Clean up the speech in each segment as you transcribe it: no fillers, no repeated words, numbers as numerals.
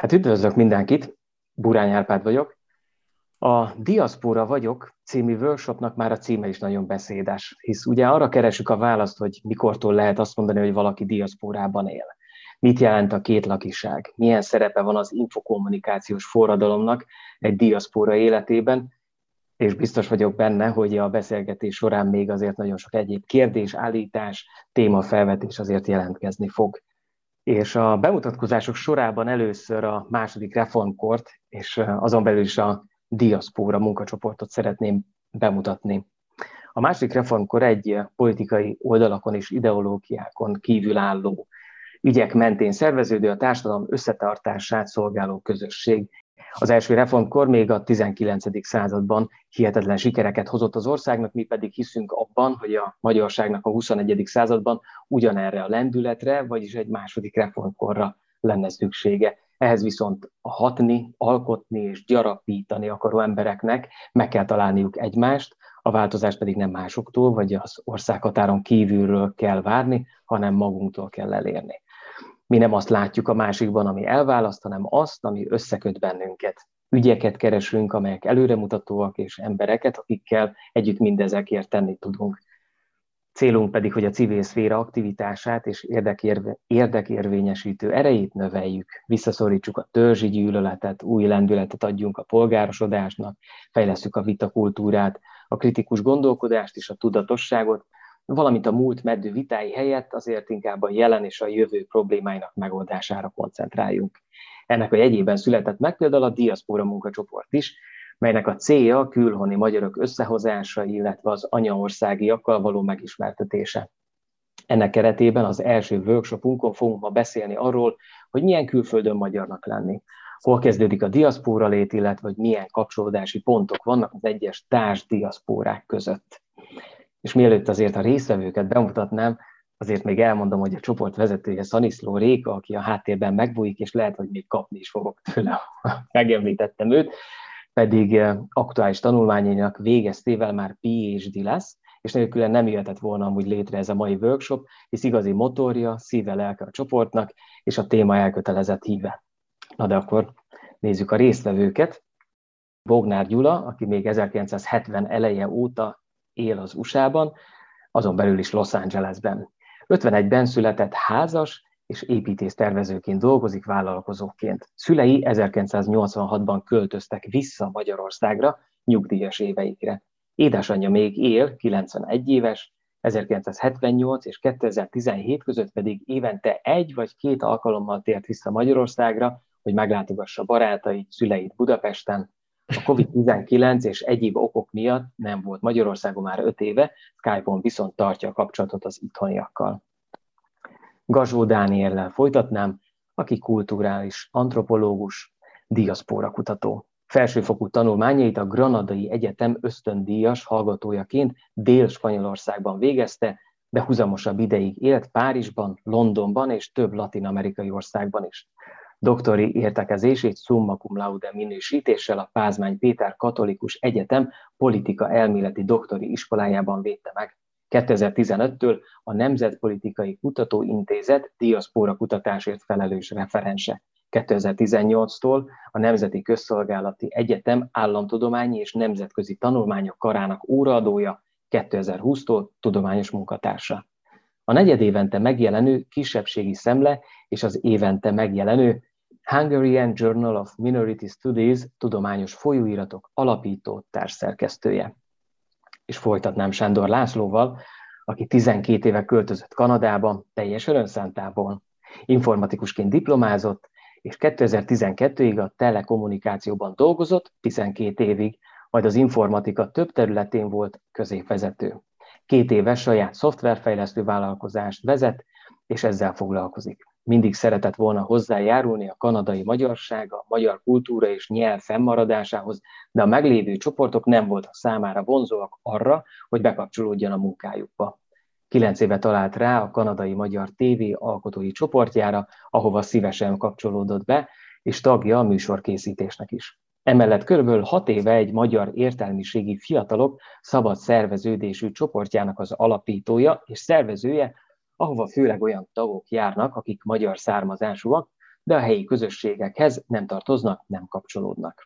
Hát üdvözlök mindenkit, Burány Árpád vagyok. A Diaszpóra vagyok című workshopnak már a címe is nagyon beszédes, hisz ugye arra keresünk a választ, hogy mikortól lehet azt mondani, hogy valaki diaszpórában él. Mit jelent a kétlakiság? Milyen szerepe van az infokommunikációs forradalomnak egy diaszpóra életében? És biztos vagyok benne, hogy a beszélgetés során még azért nagyon sok egyéb kérdés, állítás, témafelvetés azért jelentkezni fog. És a bemutatkozások sorában először a második reformkort, és azon belül is a diaszpóra munkacsoportot szeretném bemutatni. A második reformkor egy politikai oldalakon és ideológiákon kívülálló ügyek mentén szerveződő, a társadalom összetartását szolgáló közösség. Az első reformkor még a 19. században hihetetlen sikereket hozott az országnak, mi pedig hiszünk abban, hogy a magyarságnak a 21. században ugyanerre a lendületre, vagyis egy második reformkorra lenne szüksége. Ehhez viszont a hatni, alkotni és gyarapítani akaró embereknek meg kell találniuk egymást, a változást pedig nem másoktól, vagy az országhatáron kívülről kell várni, hanem magunktól kell elérni. Mi nem azt látjuk a másikban, ami elválaszt, hanem azt, ami összeköt bennünket. Ügyeket keresünk, amelyek előremutatóak, és embereket, akikkel együtt mindezekért tenni tudunk. Célunk pedig, hogy a civil szféra aktivitását és érdekérvényesítő erejét növeljük, visszaszorítsuk a törzsi gyűlöletet, új lendületet adjunk a polgárosodásnak, fejlesszük a vitakultúrát, a kritikus gondolkodást és a tudatosságot, valamint a múlt meddő vitái helyett azért inkább a jelen és a jövő problémáinak megoldására koncentráljunk. Ennek a jegyében született meg például a Diaszpóra munkacsoport is, melynek a célja a külhoni magyarok összehozása, illetve az anyaországiakkal való megismertetése. Ennek keretében az első workshopunkon fogunk ma beszélni arról, hogy milyen külföldön magyarnak lenni, hol kezdődik a diaszpóra lét, illetve hogy milyen kapcsolódási pontok vannak az egyes társ diaszpórák között. És mielőtt azért a résztvevőket bemutatnám, azért még elmondom, hogy a csoport vezetője Szaniszló Réka, aki a háttérben megbújik, és lehet, hogy még kapni is fogok tőle, megemlítettem őt, pedig aktuális tanulmányainak végeztével már PhD lesz, és nélküle nem jöhetett volna amúgy létre ez a mai workshop, hisz igazi motorja, szíve, lelke a csoportnak, és a téma elkötelezett híve. Na de akkor nézzük a résztvevőket. Bognár Gyula, aki még 1970 eleje óta él az USA-ban, azon belül is Los Angelesben. 51-ben született, házas, és építésztervezőként dolgozik, vállalkozóként. Szülei 1986-ban költöztek vissza Magyarországra nyugdíjas éveikre. Édesanyja még él, 91 éves, 1978 és 2017 között pedig évente 1 vagy 2 alkalommal tért vissza Magyarországra, hogy meglátogassa barátait, szüleit Budapesten. A COVID-19 és egyéb okok miatt nem volt Magyarországon már 5 éve, Skype-on viszont tartja a kapcsolatot az itthoniakkal. Gazsó Dániellel folytatnám, aki kulturális antropológus, diaszpóra kutató. Felsőfokú tanulmányait a Granadai Egyetem ösztöndíjas hallgatójaként Dél-Spanyolországban végezte, de huzamosabb ideig élt Párizsban, Londonban és több latin-amerikai országban is. Doktori értekezését summa cum laude minősítéssel a Pázmány Péter Katolikus Egyetem politika elméleti doktori iskolájában védte meg. 2015-től a Nemzetpolitikai Kutatóintézet diaszpóra kutatásért felelős referense. 2018-tól a Nemzeti Közszolgálati Egyetem államtudományi és nemzetközi tanulmányok karának óraadója, 2020-tól tudományos munkatársa. A negyedévente megjelenő Kisebbségi Szemle és az évente megjelenő Hungarian Journal of Minority Studies tudományos folyóiratok alapító társszerkesztője. És folytatnám Sándor Lászlóval, aki 12 éve költözött Kanadába, teljesen önszántából. Informatikusként diplomázott, és 2012-ig a telekommunikációban dolgozott, 12 évig, majd az informatika több területén volt középvezető. 2 éve saját szoftverfejlesztő vállalkozást vezet, és ezzel foglalkozik. Mindig szeretett volna hozzájárulni a kanadai magyarság, a magyar kultúra és nyelv fennmaradásához, de a meglévő csoportok nem voltak számára vonzóak arra, hogy bekapcsolódjon a munkájukba. 9 éve talált rá a kanadai magyar TV alkotói csoportjára, ahova szívesen kapcsolódott be, és tagja a műsorkészítésnek is. Emellett körülbelül 6 éve egy magyar értelmiségi fiatalok szabad szerveződésű csoportjának az alapítója és szervezője, ahova főleg olyan tagok járnak, akik magyar származásúak, de a helyi közösségekhez nem tartoznak, nem kapcsolódnak.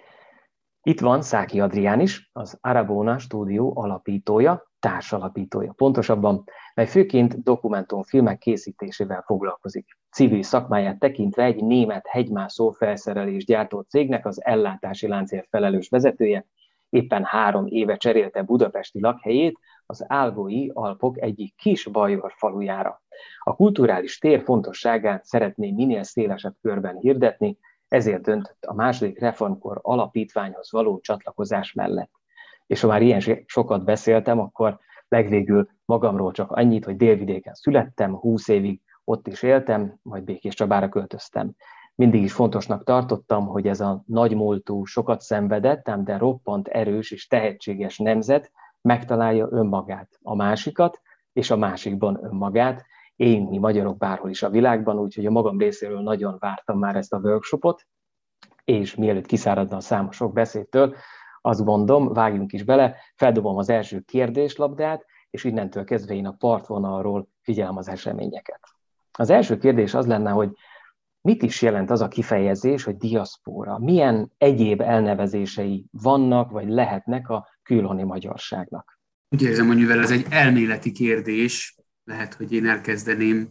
Itt van Száki Adrián is, az Arabona Stúdió alapítója, társalapítója pontosabban, mely főként dokumentumfilmek készítésével foglalkozik. Civil szakmáját tekintve egy német hegymászó felszerelés gyártó cégnek az ellátási láncért felelős vezetője, éppen 3 éve cserélte budapesti lakhelyét az Ágói Alpok egyik kis bajor falujára. A kulturális tér fontosságát szeretné minél szélesebb körben hirdetni, ezért döntött a második reformkor alapítványhoz való csatlakozás mellett. És ha már ilyen sokat beszéltem, akkor legvégül magamról csak annyit, hogy Délvidéken születtem, 20 évig ott is éltem, majd Békéscsabára költöztem. Mindig is fontosnak tartottam, hogy ez a nagymúltú, sokat szenvedett, ám de roppant erős és tehetséges nemzet megtalálja önmagát, a másikat, és a másikban önmagát. Éljünk mi magyarok bárhol is a világban, úgyhogy a magam részéről nagyon vártam már ezt a workshopot, és mielőtt kiszáradna a számosok beszédtől, azt mondom, vágjunk is bele, feldobom az első kérdéslabdát, és innentől kezdve én a partvonalról figyelem az eseményeket. Az első kérdés az lenne, hogy mit is jelent az a kifejezés, hogy diaszpóra? Milyen egyéb elnevezései vannak, vagy lehetnek a külhoni magyarságnak? Úgy érzem, hogy mivel ez egy elméleti kérdés, lehet, hogy én elkezdeném,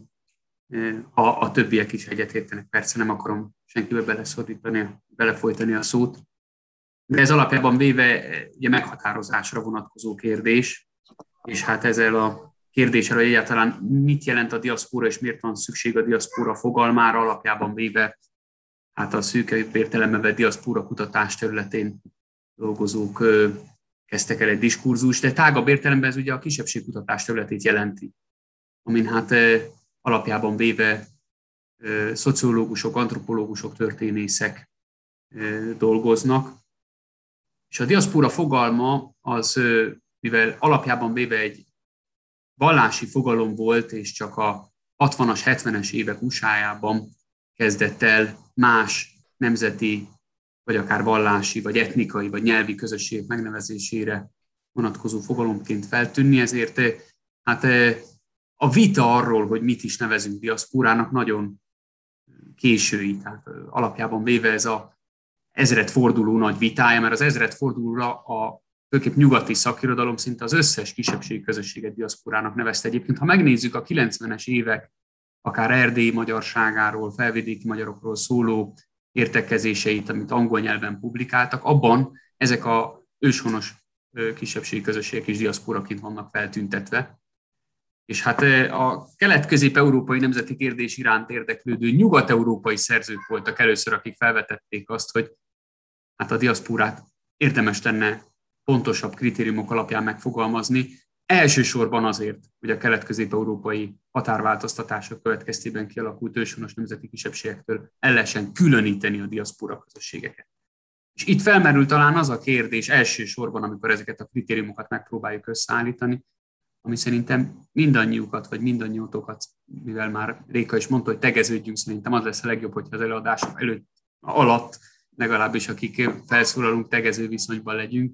ha a többiek is egyetértenek. Persze nem akarom senkibe belefolytani a szót. De ez alapjában véve ugye meghatározásra vonatkozó kérdés, és hát ezzel a kérdéssel, hogy egyáltalán mit jelent a diaszpóra, és miért van szükség a diaszpóra fogalmára, alapjában véve hát a szűkebb értelemben vett diaszpóra kutatás területén dolgozók kezdtek el egy diskurzust, de tágabb értelemben ez ugye a kisebbségkutatás területét jelenti, amin hát alapjában véve szociológusok, antropológusok, történészek dolgoznak. És a diaszpóra fogalma az, mivel alapjában véve egy vallási fogalom volt, és csak a 60-as, 70-es évek USA-jában kezdett el más nemzeti, vagy akár vallási, vagy etnikai, vagy nyelvi közösségek megnevezésére vonatkozó fogalomként feltűnni, ezért hát a vita arról, hogy mit is nevezünk diaszpórának, nagyon késői. Tehát alapjában véve ez a ezredforduló nagy vitája, mert az ezredfordulóra a főképp nyugati szakirodalom szinte az összes kisebbségi közösséget diaszporának nevezte. Egyébként, ha megnézzük a 90-es évek, akár erdélyi magyarságáról, felvidéki magyarokról szóló értekezéseit, amit angol nyelven publikáltak, abban ezek a őshonos kisebbségi közösségek is diaszporaként vannak feltüntetve. És hát a kelet-közép-európai nemzeti kérdés iránt érdeklődő nyugat-európai szerzők voltak először, akik felvetették azt, hogy hát a diaszpórát érdemes lenne pontosabb kritériumok alapján megfogalmazni, elsősorban azért, hogy a kelet-közép-európai határváltoztatások következtében kialakult őshonos nemzeti kisebbségektől el lehessen különíteni a diaszpóra közösségeket. És itt felmerül talán az a kérdés elsősorban, amikor ezeket a kritériumokat megpróbáljuk összeállítani, ami szerintem mindannyiukat, vagy mindannyiótokat, mivel már Réka is mondta, hogy tegeződjünk, szerintem az lesz a legjobb, hogyha az előadások alatt legalábbis akik felszólalunk, tegező viszonyban legyünk.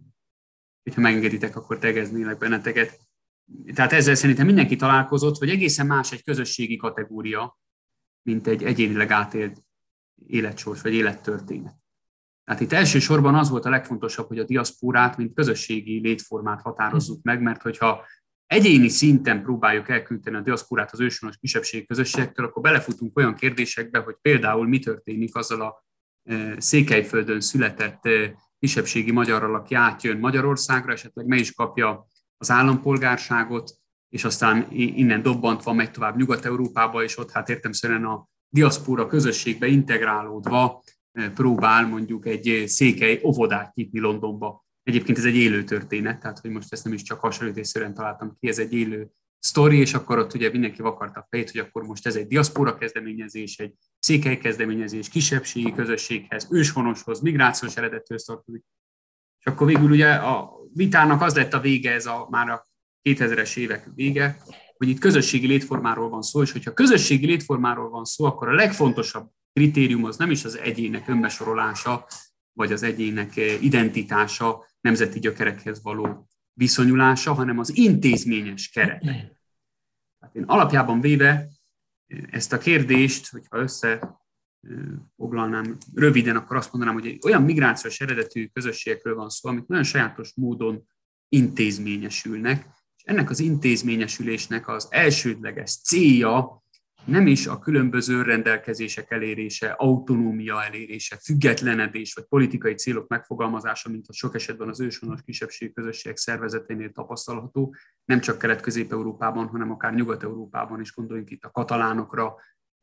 Ha megengeditek, akkor tegeznélek benneteket. Tehát ezzel szerintem mindenki találkozott, hogy egészen más egy közösségi kategória, mint egy egyénileg átélt életsors vagy élettörténet. Tehát itt elsősorban az volt a legfontosabb, hogy a diaszpórát, mint közösségi létformát határozzuk meg, mert hogyha egyéni szinten próbáljuk elküldeni a diaszpórát az őshonos kisebbségi közösségektől, akkor belefutunk olyan kérdésekbe, hogy például mi történik azzal a Székelyföldön született kisebbségi magyarral, aki átjön Magyarországra, esetleg meg is kapja az állampolgárságot, és aztán innen dobbantva megy tovább Nyugat-Európába, és ott hát értelemszerűen a diaszpóra közösségbe integrálódva próbál mondjuk egy székely óvodát nyitni Londonba. Egyébként ez egy élő történet, tehát hogy most ezt nem is csak hasonlítésszerűen találtam ki, ez egy élő sztori, és akkor ott ugye mindenki vakarta a fejét, hogy akkor most ez egy diaszpóra kezdeményezés, egy székely kezdeményezés, kisebbségi közösséghez, őshonoshoz, migrációs eredettől tartozik. És akkor végül ugye a vitának az lett a vége, már a 2000-es évek vége, hogy itt közösségi létformáról van szó, és hogyha közösségi létformáról van szó, akkor a legfontosabb kritérium az nem is az egyének önbesorolása, vagy az egyének identitása, nemzeti gyökerekhez való viszonyulása, hanem az intézményes keret. Hát én alapjában véve ezt a kérdést, hogyha foglalnám röviden, akkor azt mondanám, hogy olyan migrációs eredetű közösségekről van szó, amik nagyon sajátos módon intézményesülnek, és ennek az intézményesülésnek az elsődleges célja nem is a különböző rendelkezések elérése, autonómia elérése, függetlenedés vagy politikai célok megfogalmazása, mint a sok esetben az őshonos kisebbségi közösségek szervezeténél tapasztalható, nem csak Kelet-Közép-Európában, hanem akár Nyugat-Európában is, gondoljunk itt a katalánokra,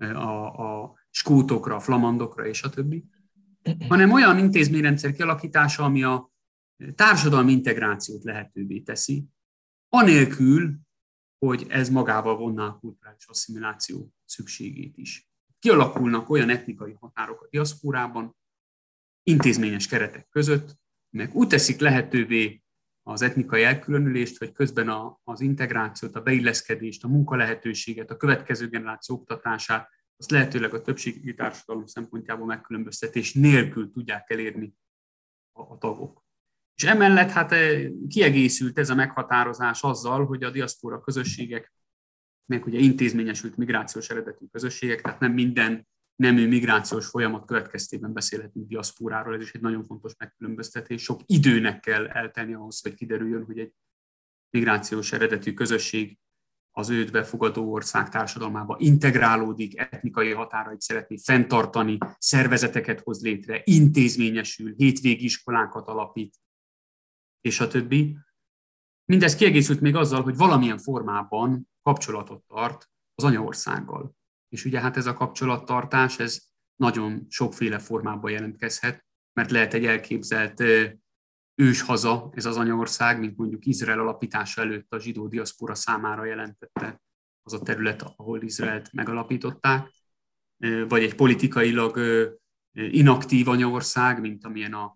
a skótokra, a flamandokra és a többi, hanem olyan intézményrendszer kialakítása, ami a társadalmi integrációt lehetővé teszi, anélkül, hogy ez magával vonná a kulturális asszimiláció szükségét is. Kialakulnak olyan etnikai határok a diaszpórában, intézményes keretek között, meg úgy teszik lehetővé az etnikai elkülönülést, hogy közben az integrációt, a beilleszkedést, a munkalehetőséget, a következő generáció oktatását, azt lehetőleg a többségi társadalom szempontjából megkülönböztetés nélkül tudják elérni a tagok. És emellett hát kiegészült ez a meghatározás azzal, hogy a diaszpóra közösségek, meg ugye intézményesült migrációs eredetű közösségek, tehát nem minden nemű migrációs folyamat következtében beszélhetünk diaszpóráról, ez is egy nagyon fontos megkülönböztetés. Sok időnek kell eltelni ahhoz, hogy kiderüljön, hogy egy migrációs eredetű közösség az őt befogadó ország társadalmába integrálódik, etnikai határait szeretné fenntartani, szervezeteket hoz létre, intézményesül, hétvégi iskolákat alapít, és a többi. Mindez kiegészült még azzal, hogy valamilyen formában kapcsolatot tart az anyaországgal. És ugye hát ez a kapcsolattartás, ez nagyon sokféle formában jelentkezhet, mert lehet egy elképzelt őshaza, ez az anyaország, mint mondjuk Izrael alapítása előtt a zsidó diaszpora számára jelentette az a terület, ahol Izraelt megalapították, vagy egy politikailag inaktív anyaország, mint amilyen a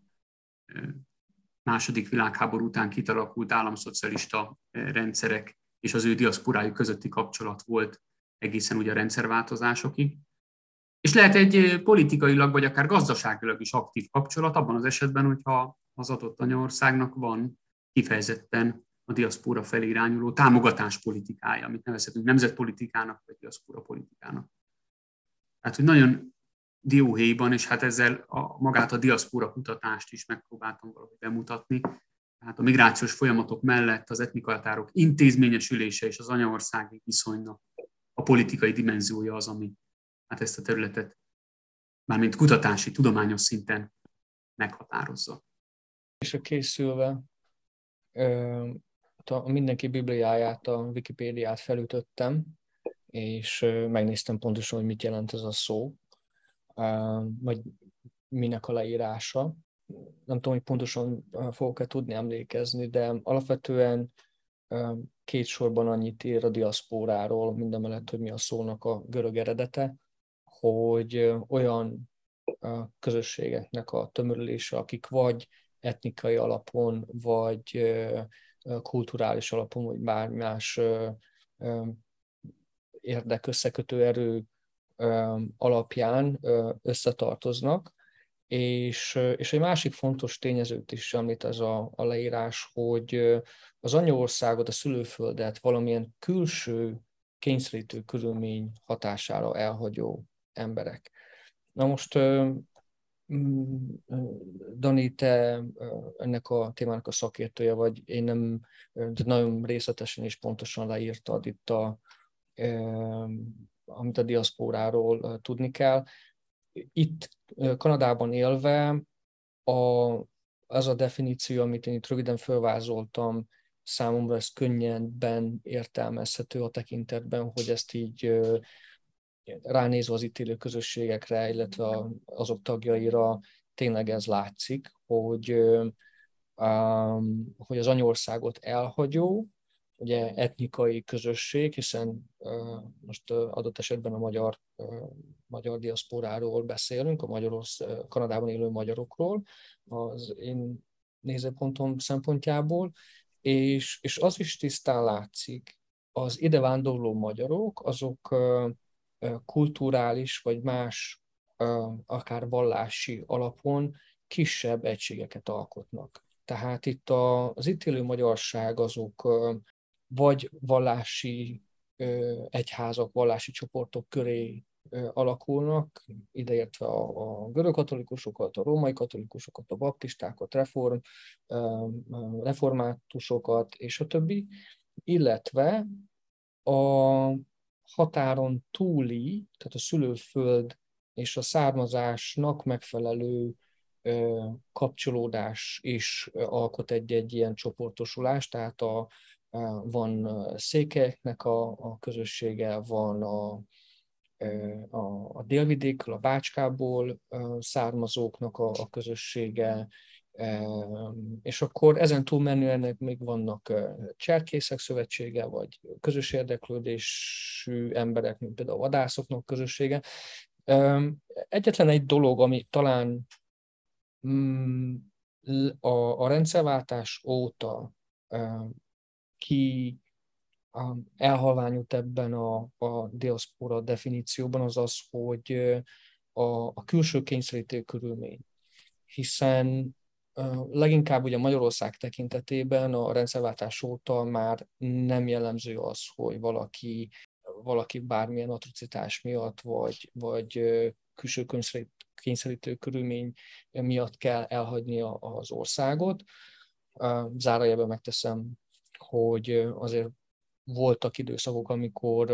második világháború után kitalakult államszocialista rendszerek és az ő diaszporájuk közötti kapcsolat volt egészen ugye a rendszerváltozásokig. És lehet egy politikailag vagy akár gazdaságilag is aktív kapcsolat abban az esetben, hogyha az adott anyaországnak van kifejezetten a diaszpóra felé irányuló támogatáspolitikája, amit nevezhetünk nemzetpolitikának vagy diaszpóra politikának. Tehát, hogy nagyon dióhéjban, és hát ezzel magát a diaszpóra kutatást is megpróbáltam valahogy bemutatni. Tehát a migrációs folyamatok mellett az etnikai határok intézményesülése és az anyaországi viszonynak a politikai dimenziója az, ami hát ezt a területet mármint kutatási, tudományos szinten meghatározza. És a készülve a mindenki bibliáját, a Wikipédiát felütöttem, és megnéztem pontosan, hogy mit jelent ez a szó, vagy minek a leírása. Nem tudom, hogy pontosan fogok-e tudni emlékezni, de alapvetően két sorban annyit ír a diaszpóráról, mindemellett, hogy mi a szónak a görög eredete, hogy olyan közösségeknek a tömörülése, akik vagy etnikai alapon, vagy kulturális alapon, vagy bármi más érdekösszekötő erő alapján összetartoznak, és egy másik fontos tényezőt is említ ez a leírás, hogy az anyaországot, a szülőföldet valamilyen külső kényszerítő körülmény hatására elhagyó emberek. Na most, Dani, te ennek a témának a szakértője vagy, én nem, de nagyon részletesen és pontosan leírtad itt amit a diaszpóráról tudni kell. Itt Kanadában élve az a definíció, amit én itt röviden felvázoltam, számomra ez könnyebben értelmezhető a tekintetben, hogy ezt így ránézve az itt élő közösségekre, illetve azok tagjaira tényleg ez látszik, hogy az anyaországot elhagyó, ugye etnikai közösség, hiszen most adott esetben a magyar diaszporáról beszélünk, a Kanadában élő magyarokról, az én nézőpontom szempontjából, és az is tisztán látszik, az ide vándorló magyarok, azok kulturális vagy más, akár vallási alapon kisebb egységeket alkotnak. Tehát itt az itt élő magyarság azok vagy vallási egyházak, vallási csoportok köré alakulnak, ideértve a görög katolikusokat, a római katolikusokat, a baptistákat, reformátusokat, és a többi, illetve a határon túli, tehát a szülőföld és a származásnak megfelelő kapcsolódás is alkot egy ilyen csoportosulást, tehát van székelyeknek a közössége, van a délvidékről, a Bácskából származóknak a közössége, és akkor ezen túlmenően még vannak cserkészek szövetsége, vagy közös érdeklődésű emberek, mint például a vadászoknak közössége. Egyetlen egy dolog, ami talán a rendszerváltás óta elhalványult ebben a diaszpora definícióban, az az, hogy a külső kényszerítő körülmény. Hiszen leginkább ugye Magyarország tekintetében a rendszerváltás óta már nem jellemző az, hogy valaki bármilyen atrocitás miatt, vagy külső kényszerítő körülmény miatt kell elhagynia az országot. Zárójelben megteszem, hogy azért voltak időszakok, amikor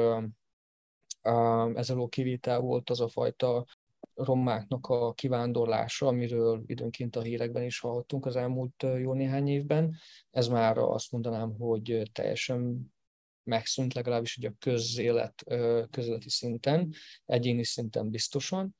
ez alól kivétel volt az a fajta romáknak a kivándorlása, amiről időnként a hírekben is hallottunk az elmúlt jó néhány évben. Ez már azt mondanám, hogy teljesen megszűnt, legalábbis ugye a közéleti szinten, egyéni szinten biztosan.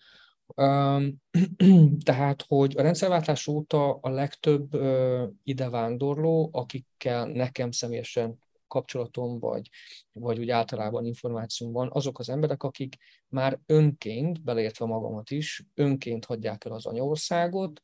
Tehát, hogy a rendszerváltás óta a legtöbb idevándorló, akikkel nekem személyesen kapcsolatom, vagy úgy általában információm van, azok az emberek, akik már önként, beleértve magamat is, önként hagyják el az anyaországot,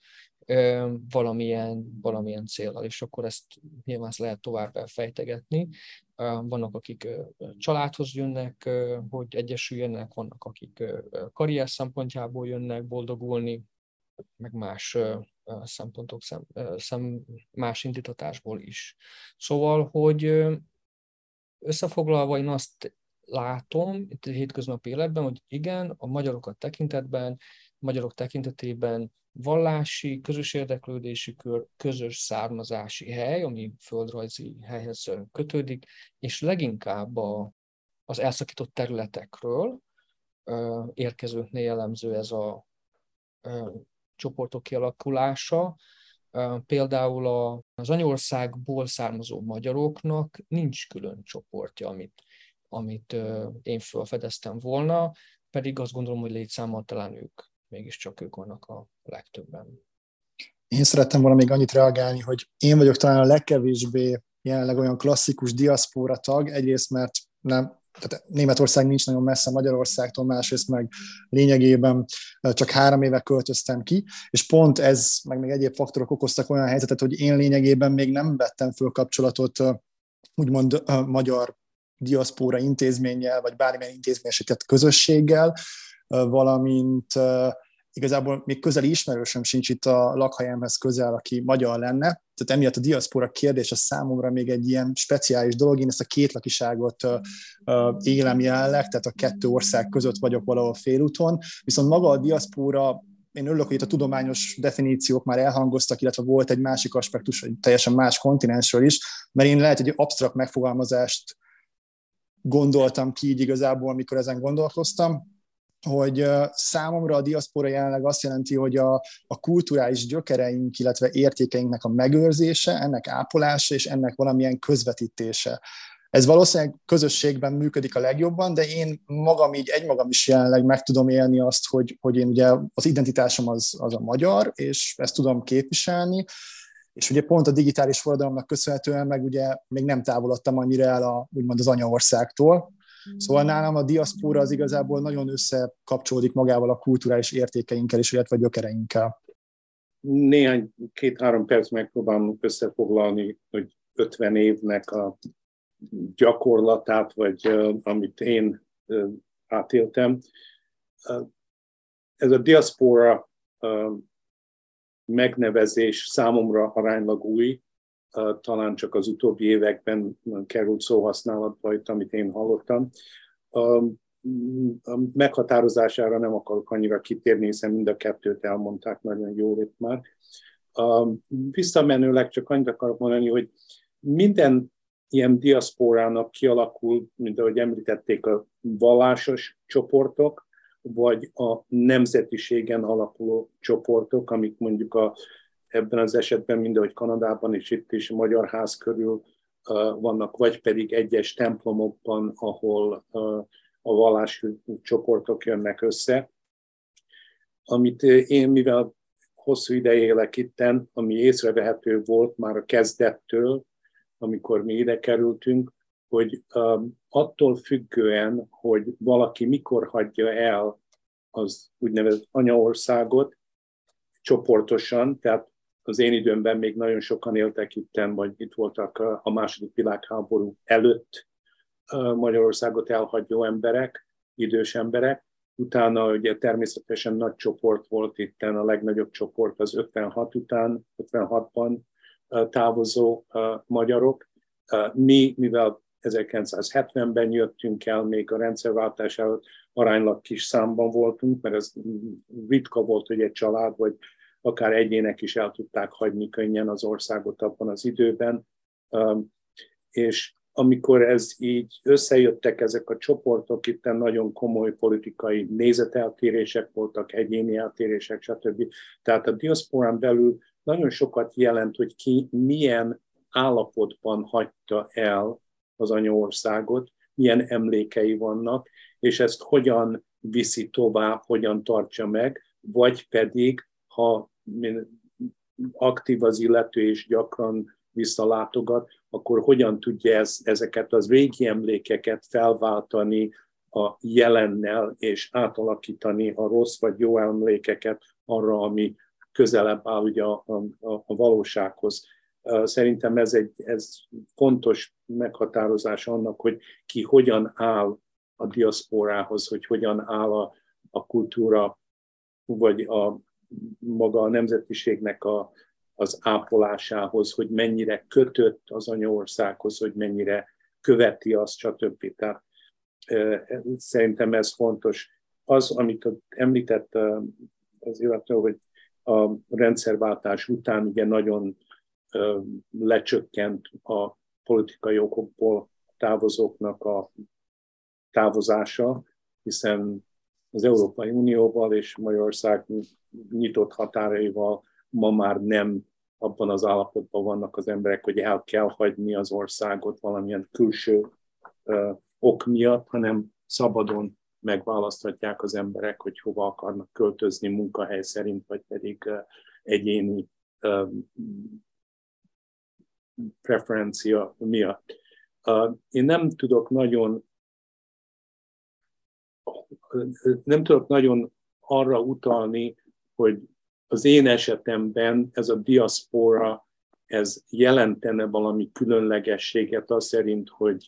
valamilyen céllal, és akkor ezt nyilván lehet tovább fejtegetni. Vannak, akik családhoz jönnek, hogy egyesüljenek, vannak, akik karrier szempontjából jönnek boldogulni, meg más szempontok, más indítatásból is. Szóval, hogy összefoglalva én azt látom itt a hétköznapi életben, hogy igen, a magyarok tekintetében vallási, közös érdeklődési kör, közös származási hely, ami földrajzi helyhez kötődik, és leginkább az elszakított területekről érkezőknél jellemző ez a csoportok kialakulása. Például az anyaországból származó magyaroknak nincs külön csoportja, amit én felfedeztem volna, pedig azt gondolom, hogy létszámmal talán mégiscsak ők vannak a legtöbben. Én szerettem volna még annyit reagálni, hogy én vagyok talán a legkevésbé jelenleg olyan klasszikus diaszpóra tag, egyrészt mert tehát Németország nincs nagyon messze Magyarországtól, másrészt meg lényegében csak 3 éve költöztem ki, és pont ez, meg még egyéb faktorok okoztak olyan helyzetet, hogy én lényegében még nem vettem föl kapcsolatot úgymond magyar diaszpóra intézménnyel, vagy bármilyen intézményesített közösséggel, valamint igazából még közeli ismerősöm sincs itt a lakhelyemhez közel, aki magyar lenne. Tehát emiatt a diaszpóra kérdése számomra még egy ilyen speciális dolog. Én ezt a kétlakiságot élem jelenleg, tehát a 2 ország között vagyok valahol félúton. Viszont maga a diaszpóra, én örülök, hogy itt a tudományos definíciók már elhangoztak, illetve volt egy másik aspektus, egy teljesen más kontinensről is, mert én lehet egy absztrakt megfogalmazást gondoltam ki így igazából, amikor ezen gondolkoztam, hogy számomra a diaszpora jelenleg azt jelenti, hogy a kulturális gyökereink, illetve értékeinknek a megőrzése, ennek ápolása és ennek valamilyen közvetítése. Ez valószínűleg közösségben működik a legjobban, de én magam így egymagam is jelenleg meg tudom élni azt, hogy én ugye az identitásom az a magyar, és ezt tudom képviselni, és ugye pont a digitális forradalomnak köszönhetően meg ugye még nem távolodtam annyira el úgymond az anyaországtól. Szóval nálam a diaszpóra az igazából nagyon összekapcsolódik magával a kulturális értékeinkkel is, illetve gyökereinkkel. 2-3 perc megpróbálom összefoglalni, hogy 50 évnek a gyakorlatát, vagy amit én átéltem. Ez a diaszpóra megnevezés számomra aránylag új, talán csak az utóbbi években került szóhasználatba, amit én hallottam. a meghatározására nem akarok annyira kitérni, hiszen mind a kettőt elmondták nagyon jól itt már. Visszamenőleg csak annyit akarok mondani, hogy minden ilyen diaszporának kialakul, mint ahogy említették, a vallásos csoportok, vagy a nemzetiségen alapuló csoportok, amik mondjuk ebben az esetben, mindahogy Kanadában és itt is a Magyar Ház körül vannak, vagy pedig egyes templomokban, ahol a vallási csoportok jönnek össze. Amit én, mivel hosszú ideje élek itten, ami észrevehető volt már a kezdettől, amikor mi ide kerültünk, hogy attól függően, hogy valaki mikor hagyja el az úgynevezett anyaországot csoportosan, tehát az én időmben még nagyon sokan éltek itten, vagy itt voltak a második világháború előtt Magyarországot elhagyó emberek, idős emberek. Utána ugye természetesen nagy csoport volt itten, a legnagyobb csoport az 56 után, 56-ban távozó magyarok. Mi, mivel 1970-ben jöttünk el, még a rendszerváltás előtt aránylag kis számban voltunk, mert ez ritka volt, hogy egy család, vagy akár egyének is el tudták hagyni könnyen az országot abban az időben. És amikor ez így összejöttek ezek a csoportok, itt nagyon komoly politikai nézeteltérések voltak, egyéni eltérések, stb. Tehát a diaszporán belül nagyon sokat jelent, hogy ki milyen állapotban hagyta el az anyaországot, milyen emlékei vannak, és ezt hogyan viszi tovább, hogyan tartsa meg, vagy pedig, ha aktív az illető és gyakran visszalátogat, akkor hogyan tudja ezeket az régi emlékeket felváltani a jelennel, és átalakítani a rossz vagy jó emlékeket arra, ami közelebb áll ugye a valósághoz. Szerintem ez fontos meghatározás annak, hogy ki hogyan áll a diaszporához, hogy hogyan áll a kultúra, vagy maga a nemzetiségnek az ápolásához, hogy mennyire kötött az anyaországhoz, hogy mennyire követi azt, stb. Tehát szerintem ez fontos. Az, amit említett az illető, hogy a rendszerváltás után ugye nagyon lecsökkent a politikai okokból távozóknak a távozása, hiszen az Európai Unióval és Magyarország nyitott határaival ma már nem abban az állapotban vannak az emberek, hogy el kell hagyni az országot valamilyen külső ok miatt, hanem szabadon megválaszthatják az emberek, hogy hova akarnak költözni munkahely szerint, vagy pedig egyéni preferencia miatt. Én nem tudok nagyon arra utalni, hogy az én esetemben ez a diaszpora, ez jelentene valami különlegességet az szerint, hogy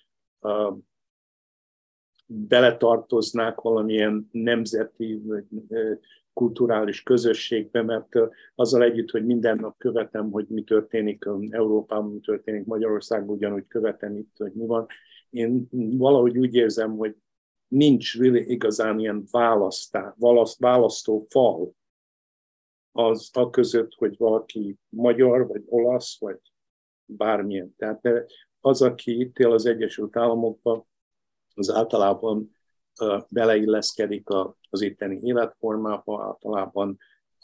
beletartoznák valamilyen nemzeti vagy kulturális közösségbe, mert azzal együtt, hogy minden nap követem, hogy mi történik Európában, mi történik Magyarországon, ugyanúgy követem itt, hogy mi van. Én valahogy úgy érzem, hogy nincs igazán ilyen választó fal az között, hogy valaki magyar, vagy olasz, vagy bármilyen. Tehát az, aki itt él az Egyesült Államokban, az általában beleilleszkedik az itteni életformába, általában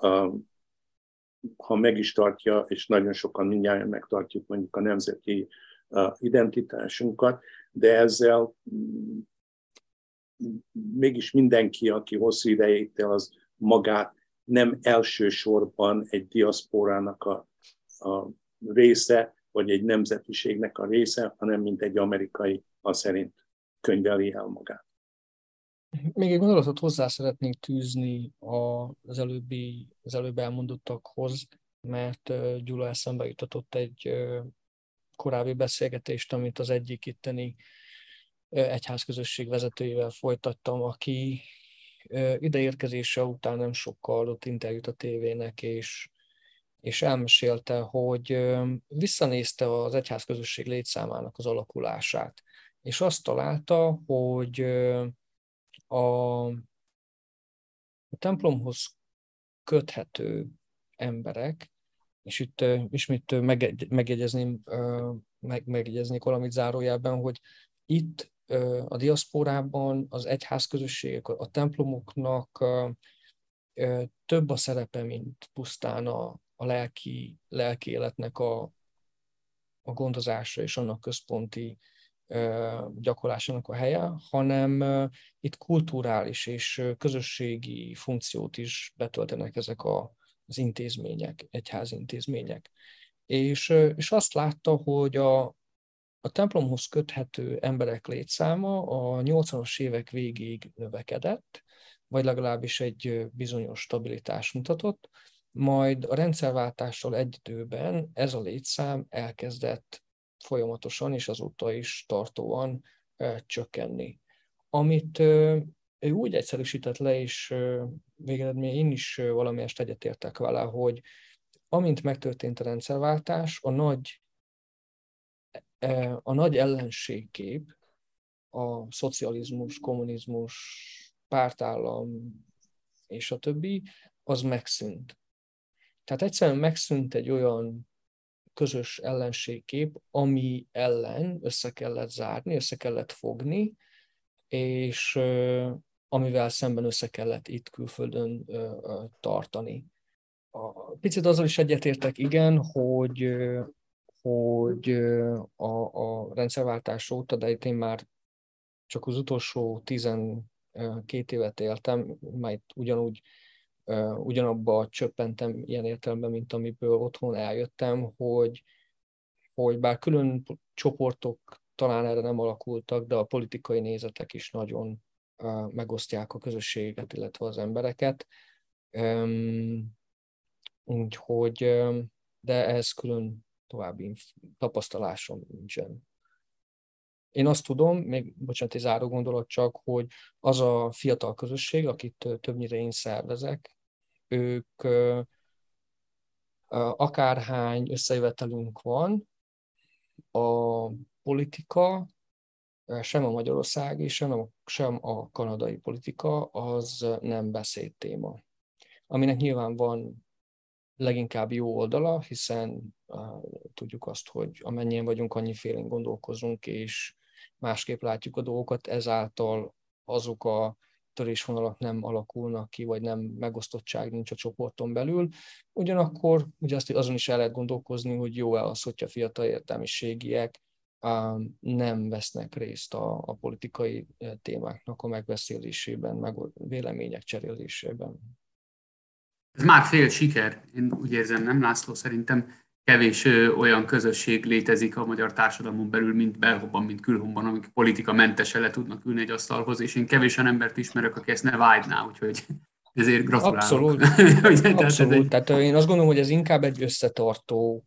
ha meg is tartja, és nagyon sokan mindjárt megtartjuk mondjuk a nemzeti identitásunkat, de ezzel mégis mindenki, aki hosszú ideig itt él, az magát nem elsősorban egy diaszporának a része, vagy egy nemzetiségnek a része, hanem mint egy amerikai, az szerint könyveli el magát. Még egy gondolatot hozzá szeretnénk tűzni az előbb elmondottakhoz, mert Gyula eszembe jutatott egy korábbi beszélgetést, amit az egyik itteni egyházközösség vezetőjével folytattam, aki ideérkezése után nem sokkal adott interjút a tévének, és elmesélte, hogy visszanézte az egyházközösség létszámának az alakulását, és azt találta, hogy a templomhoz köthető emberek, és itt ismét megjegyeznék valamit zárójelben, hogy itt a diaszporában az egyházközösségek, a templomoknak több a szerepe, mint pusztán a lelki életnek a gondozása és annak központi gyakorlásának a helye, hanem itt kulturális és közösségi funkciót is betöltenek ezek az intézmények, egyházi intézmények. És azt látta, hogy a templomhoz köthető emberek létszáma a 80-as évek végéig növekedett, vagy legalábbis egy bizonyos stabilitást mutatott, majd a rendszerváltással egy időben ez a létszám elkezdett folyamatosan, és azóta is tartóan csökkenni. Amit ő úgy egyszerűsített le, és végeredményen én is valamelyest egyetértek vele, hogy amint megtörtént a rendszerváltás, a nagy ellenségkép, a szocializmus, kommunizmus, pártállam és a többi, az megszűnt. Tehát egyszerűen megszűnt egy olyan közös ellenségkép, ami ellen össze kellett zárni, össze kellett fogni, és amivel szemben össze kellett itt külföldön tartani. Picit azzal is egyetértek, igen, hogy a rendszerváltás óta, de itt én már csak az utolsó 12 évet éltem, majd ugyanabba csöppentem ilyen értelemben, mint amiből otthon eljöttem, hogy bár külön csoportok talán erre nem alakultak, de a politikai nézetek is nagyon megosztják a közösséget, illetve az embereket. Úgyhogy, de ehhez külön további tapasztalásom nincsen. Én azt tudom, még bocsánat, egy záró gondolat csak, hogy az a fiatal közösség, akit többnyire én szervezek, ők akárhány összejövetelünk van, a politika, sem a magyarországi, sem a kanadai politika, az nem beszédtéma. Aminek nyilván van leginkább jó oldala, hiszen tudjuk azt, hogy amennyien vagyunk, annyifélen gondolkozunk, és másképp látjuk a dolgokat, ezáltal azok a törésvonalak nem alakulnak ki, vagy nem megosztottság nincs a csoporton belül. Ugyanakkor ugye azon is el lehet gondolkozni, hogy jó-e az, hogyha fiatal értelmiségiek nem vesznek részt a politikai témáknak a megbeszélésében, meg vélemények cserélésében. Ez már fél siker, én úgy érzem, nem László? Szerintem kevés olyan közösség létezik a magyar társadalmon belül, mint belhobban, mint külhomban, amik politikamentesen le tudnak ülni egy asztalhoz, és én kevés olyan embert ismerek, aki ezt ne vágyná, úgyhogy ezért gratulálok. Abszolút. Tehát én azt gondolom, hogy ez inkább egy összetartó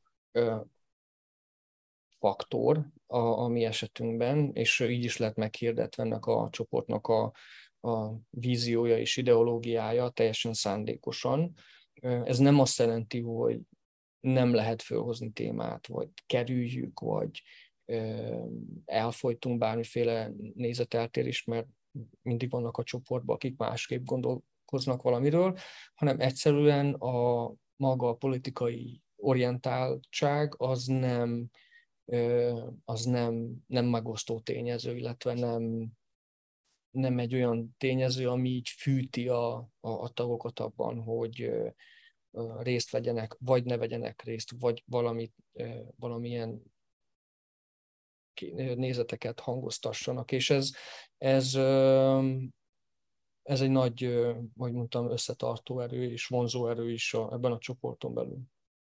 faktor a mi esetünkben, és így is lett meghirdetve ennek a csoportnak a víziója és ideológiája teljesen szándékosan. Ez nem azt jelenti, hogy nem lehet fölhozni témát, vagy kerüljük, vagy elfolytunk bármiféle nézeteltérést, mert mindig vannak a csoportban, akik másképp gondolkoznak valamiről, hanem egyszerűen maga a politikai orientáltság az nem megosztó tényező, illetve nem egy olyan tényező, ami így fűti a tagokat abban, hogy részt vegyenek, vagy ne vegyenek részt, vagy valamilyen nézeteket hangoztassanak. És ez egy nagy, hogy mondtam, összetartó erő és vonzó erő is ebben a csoporton belül.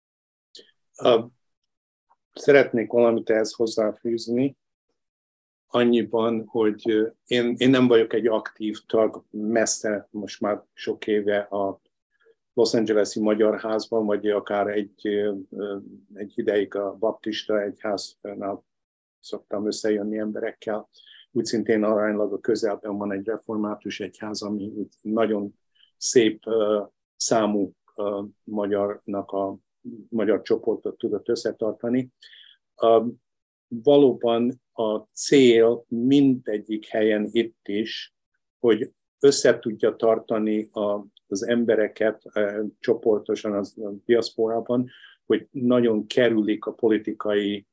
Szeretnék valamit ehhez hozzáfűzni, annyiban, hogy én nem vagyok egy aktív tag, messze most már sok éve a Los Angeles-i Magyar Házban, vagy akár egy ideig a baptista egyháznál szoktam összejönni emberekkel. Úgy szintén aránylag a közelben van egy református egyház, ami nagyon szép számú magyar csoportot tudott összetartani. Valóban a cél mindegyik helyen itt is, hogy össze tudja tartani az embereket csoportosan a diaszporában, hogy nagyon kerülik a politikai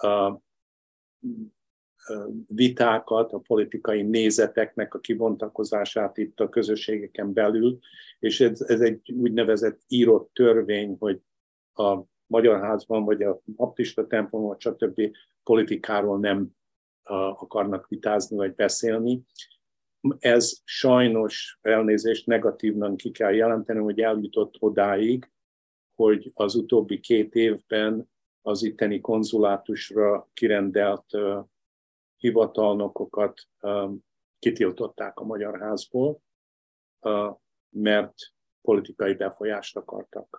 vitákat, a politikai nézeteknek a kibontakozását itt a közösségeken belül, és ez egy úgynevezett írott törvény, hogy a Magyar Házban, vagy a baptista templomban, stb. Politikáról nem akarnak vitázni, vagy beszélni. Ez sajnos, elnézést, negatívnan ki kell jelenteni, hogy eljutott odáig, hogy az utóbbi 2 évben az itteni konzulátusra kirendelt hivatalnokokat kitiltották a Magyar Házból, mert politikai befolyást akartak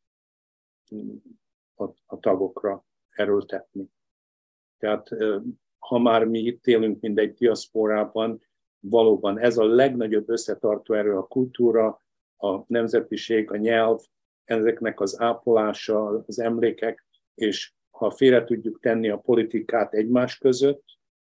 a tagokra erőltetni. Tehát ha már mi itt élünk mindegy diaszporában, valóban ez a legnagyobb összetartó erő a kultúra, a nemzetiség, a nyelv, ezeknek az ápolása, az emlékek, és ha félre tudjuk tenni a politikát egymás között,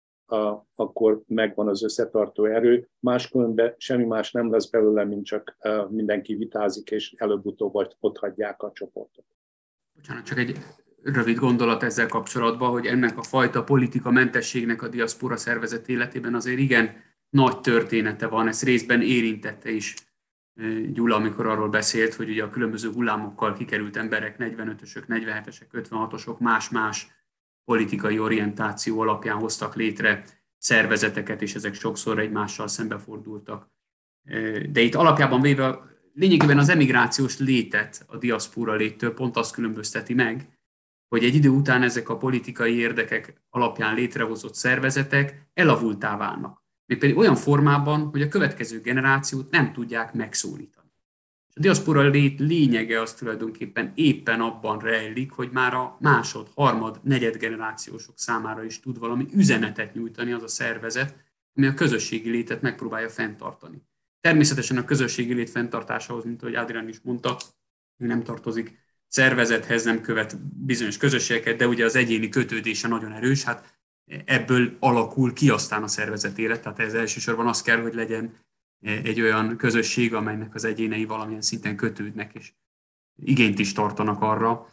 akkor megvan az összetartó erő. Máskülönben semmi más nem lesz belőle, mint csak mindenki vitázik, és előbb-utóbb ott hagyják a csoportot. Bocsánat, csak egy rövid gondolat ezzel kapcsolatban, hogy ennek a fajta politikamentességnek a diaszpora szervezet életében azért igen nagy története van, ezt részben érintette is Gyula, amikor arról beszélt, hogy ugye a különböző hullámokkal kikerült emberek, 45-ösök, 47-esek, 56-osok más-más politikai orientáció alapján hoztak létre szervezeteket, és ezek sokszor egymással szembefordultak. De itt alapjában véve lényegében az emigrációs létet a diaszpora léttől pont azt különbözteti meg, hogy egy idő után ezek a politikai érdekek alapján létrehozott szervezetek elavultá válnak. Mégpedig olyan formában, hogy a következő generációt nem tudják megszólítani. A diaszpora lét lényege az tulajdonképpen éppen abban rejlik, hogy már a másod, harmad, negyed generációsok számára is tud valami üzenetet nyújtani az a szervezet, ami a közösségi létet megpróbálja fenntartani. Természetesen a közösségi lét fenntartásához, mint ahogy Adrián is mondta, ő nem tartozik szervezethez, nem követ bizonyos közösségeket, de ugye az egyéni kötődése nagyon erős, hát ebből alakul ki aztán a szervezet élet, tehát ez elsősorban az kell, hogy legyen egy olyan közösség, amelynek az egyénei valamilyen szinten kötődnek, és igényt is tartanak arra,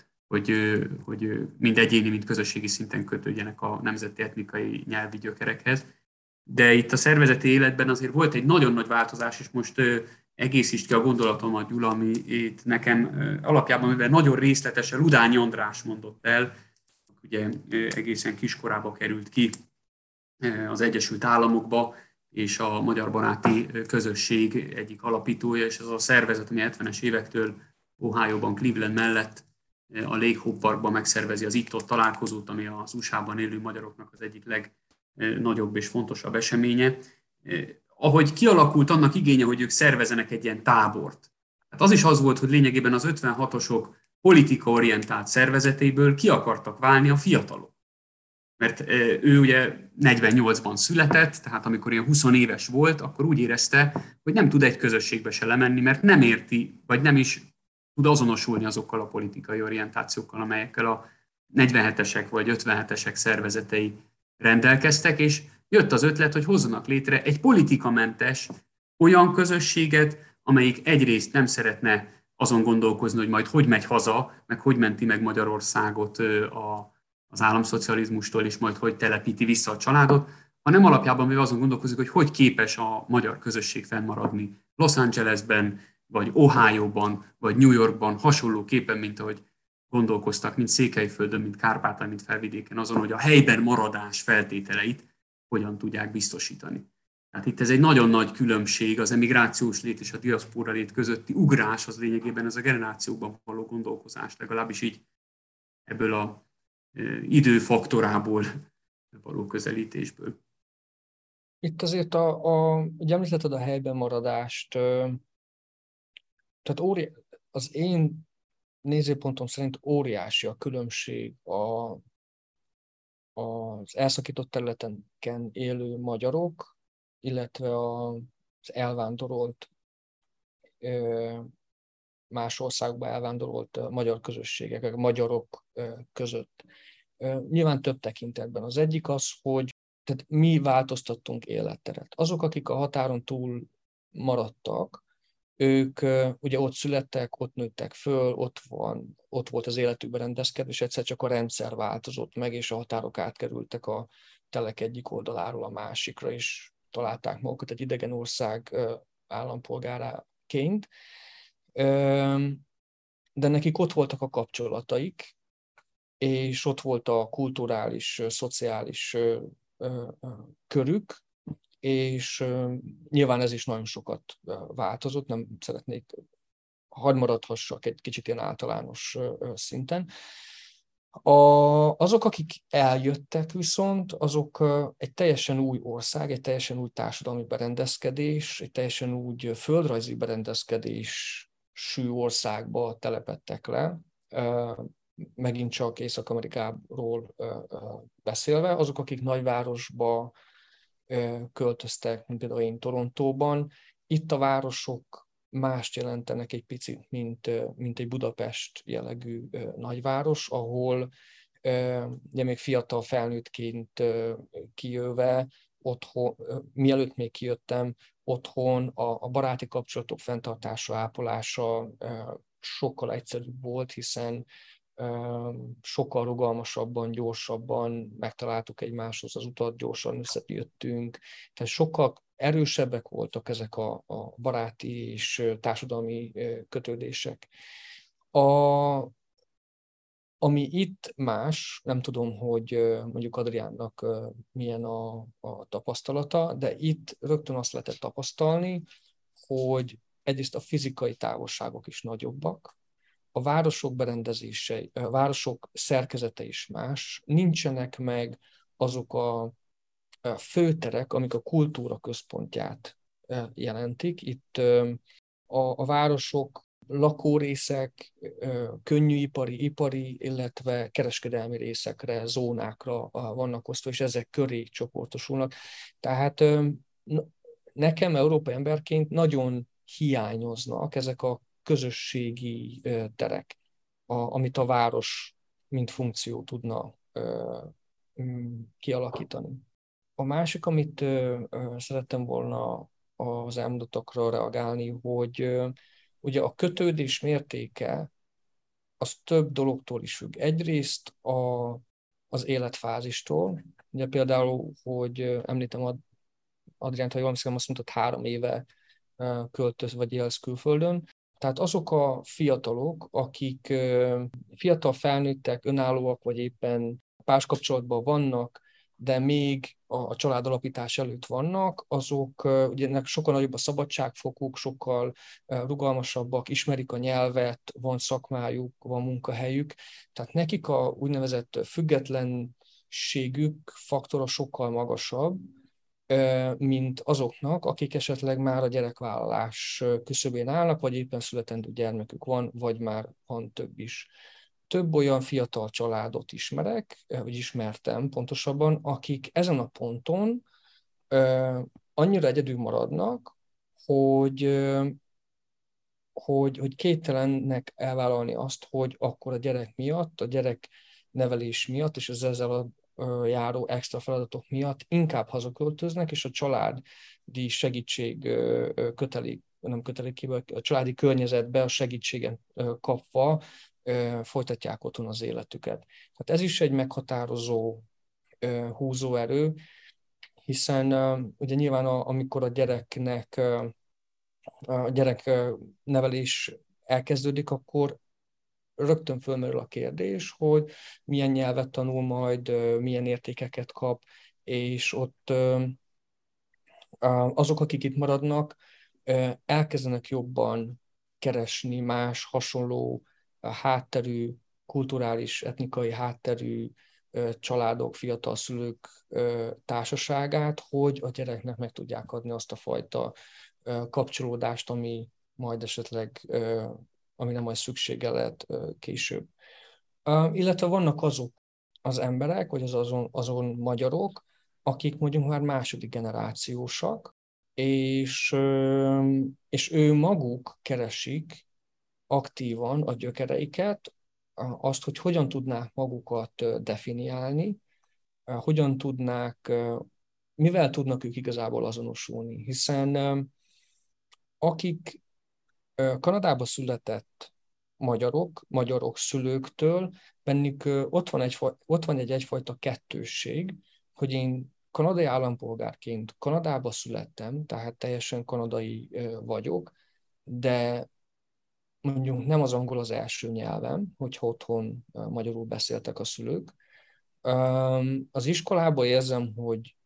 hogy mind egyéni, mind közösségi szinten kötődjenek a nemzeti etnikai nyelvi gyökerekhez. De itt a szervezeti életben azért volt egy nagyon nagy változás, és most egészítsd ki a gondolatomat, Gyula, ami itt nekem alapjában, mivel nagyon részletesen Ludányi András mondott el, ugye egészen kiskorába került ki az Egyesült Államokba, és a Magyar Baráti Közösség egyik alapítója, és ez a szervezet, ami 70-es évektől Ohioban, Cleveland mellett a Lake Hope Parkban megszervezi az itt-ott találkozót, ami az USA-ban élő magyaroknak az egyik legnagyobb és fontosabb eseménye. Ahogy kialakult annak igénye, hogy ők szervezenek egy ilyen tábort. Hát az is az volt, hogy lényegében az 56-osok politikaorientált szervezetéből ki akartak válni a fiatalok. Mert ő ugye 48-ban született, tehát amikor ilyen 20 éves volt, akkor úgy érezte, hogy nem tud egy közösségbe se lemenni, mert nem érti, vagy nem is tud azonosulni azokkal a politikai orientációkkal, amelyekkel a 47-esek vagy 57-esek szervezetei rendelkeztek, és jött az ötlet, hogy hozzanak létre egy politikamentes olyan közösséget, amelyik egyrészt nem szeretne azon gondolkozni, hogy majd hogy megy haza, meg hogy menti meg Magyarországot az államszocializmustól, és majd hogy telepíti vissza a családot, hanem alapjában mi azon gondolkozik, hogy képes a magyar közösség fennmaradni Los Angelesben, vagy Ohioban, vagy New Yorkban, hasonlóképpen, mint ahogy gondolkoztak, mint Székelyföldön, mint Kárpátalon, mint Felvidéken, azon, hogy a helyben maradás feltételeit hogyan tudják biztosítani. Tehát itt ez egy nagyon nagy különbség, az emigrációs lét és a diaszpora lét közötti ugrás, az lényegében ez a generációkban való gondolkozás, legalábbis így ebből a időfaktorából való közelítésből. Itt azért ugye említetted a helyben maradást, tehát az én nézőpontom szerint óriási a különbség az elszakított területeken élő magyarok, illetve az elvándorolt, más országba elvándorolt magyar közösségek, a magyarok között. Nyilván több tekintetben. Az egyik az, hogy tehát mi változtattunk életteret. Azok, akik a határon túl maradtak, ők ugye ott születtek, ott nőttek föl, ott volt az életükben rendezkedve, és egyszer csak a rendszer változott meg, és a határok átkerültek a telek egyik oldaláról a másikra, és találták magukat egy idegen ország állampolgáraként. De nekik ott voltak a kapcsolataik, és ott volt a kulturális, szociális körük, és nyilván ez is nagyon sokat változott, nem szeretnék, hadd maradhassak egy kicsit ilyen általános szinten. Azok, akik eljöttek viszont, azok egy teljesen új ország, egy teljesen új társadalmi berendezkedés, egy teljesen új földrajzi berendezkedésű országba telepedtek le, megint csak Észak-Amerikáról beszélve, azok, akik nagyvárosba költöztek, mint például én Torontóban. Itt a városok mást jelentenek egy picit, mint egy Budapest jellegű nagyváros, ahol ugye még fiatal felnőttként kijöve, otthon, mielőtt még kijöttem, otthon a baráti kapcsolatok fenntartása, ápolása sokkal egyszerűbb volt, hiszen sokkal rugalmasabban, gyorsabban megtaláltuk egymáshoz az utat, gyorsan összejöttünk. Tehát sokkal erősebbek voltak ezek a baráti és társadalmi kötődések. Ami itt más, nem tudom, hogy mondjuk Adriánnak milyen a tapasztalata, de itt rögtön azt lehetett tapasztalni, hogy egyrészt a fizikai távolságok is nagyobbak, a városok berendezései, a városok szerkezete is más, nincsenek meg azok a főterek, amik a kultúra központját jelentik. Itt a városok lakórészek, könnyűipari, illetve kereskedelmi részekre, zónákra vannak osztva, és ezek köré csoportosulnak. Tehát nekem, európai emberként nagyon hiányoznak ezek a közösségi terek, amit a város mint funkció tudna kialakítani. A másik, amit szerettem volna az elmondottakra reagálni, hogy ugye a kötődés mértéke az több dologtól is függ. Egyrészt az életfázistól, ugye például, hogy említem Adriánt, ha jól emlékszem, azt mondtad, 3 éve költöz vagy élsz külföldön. Tehát azok a fiatalok, akik fiatal felnőttek, önállóak, vagy éppen párskapcsolatban vannak, de még a családalapítás előtt vannak, azok ugye ennek sokkal nagyobb a szabadságfokuk, sokkal rugalmasabbak, ismerik a nyelvet, van szakmájuk, van munkahelyük. Tehát nekik a úgynevezett függetlenségük faktora sokkal magasabb, mint azoknak, akik esetleg már a gyerekvállalás küszöbén állnak, vagy éppen születendő gyermekük van, vagy már van több is. Több olyan fiatal családot ismerek, vagy ismertem pontosabban, akik ezen a ponton annyira egyedül maradnak, hogy képtelennek elvállalni azt, hogy akkor a gyerek miatt, a gyerek nevelés miatt, és az ezzel a járó extra feladatok miatt inkább hazaköltöznek, és a családi segítség nem kötelékéből, a családi környezetbe a segítségen kapva folytatják otthon az életüket. Tehát ez is egy meghatározó húzóerő, hiszen ugye nyilván amikor a gyereknevelés elkezdődik, akkor rögtön fölmerül a kérdés, hogy milyen nyelvet tanul majd, milyen értékeket kap, és ott azok, akik itt maradnak, elkezdenek jobban keresni más hasonló hátterű, kulturális, etnikai hátterű családok, fiatal szülők társaságát, hogy a gyereknek meg tudják adni azt a fajta kapcsolódást, ami majd esetleg amire majd szüksége lehet később. Illetve vannak azok az emberek, vagy azon magyarok, akik mondjuk már második generációsak, és ő maguk keresik aktívan a gyökereiket, azt, hogy hogyan tudnák magukat definiálni, mivel tudnak ők igazából azonosulni, hiszen akik Kanadában született magyarok szülőktől, bennük ott van egy egyfajta kettősség, hogy én kanadai állampolgárként Kanadába születtem, tehát teljesen kanadai vagyok, de mondjuk nem az angol az első nyelvem, hogyha otthon magyarul beszéltek a szülők. Az iskolában érzem, hogy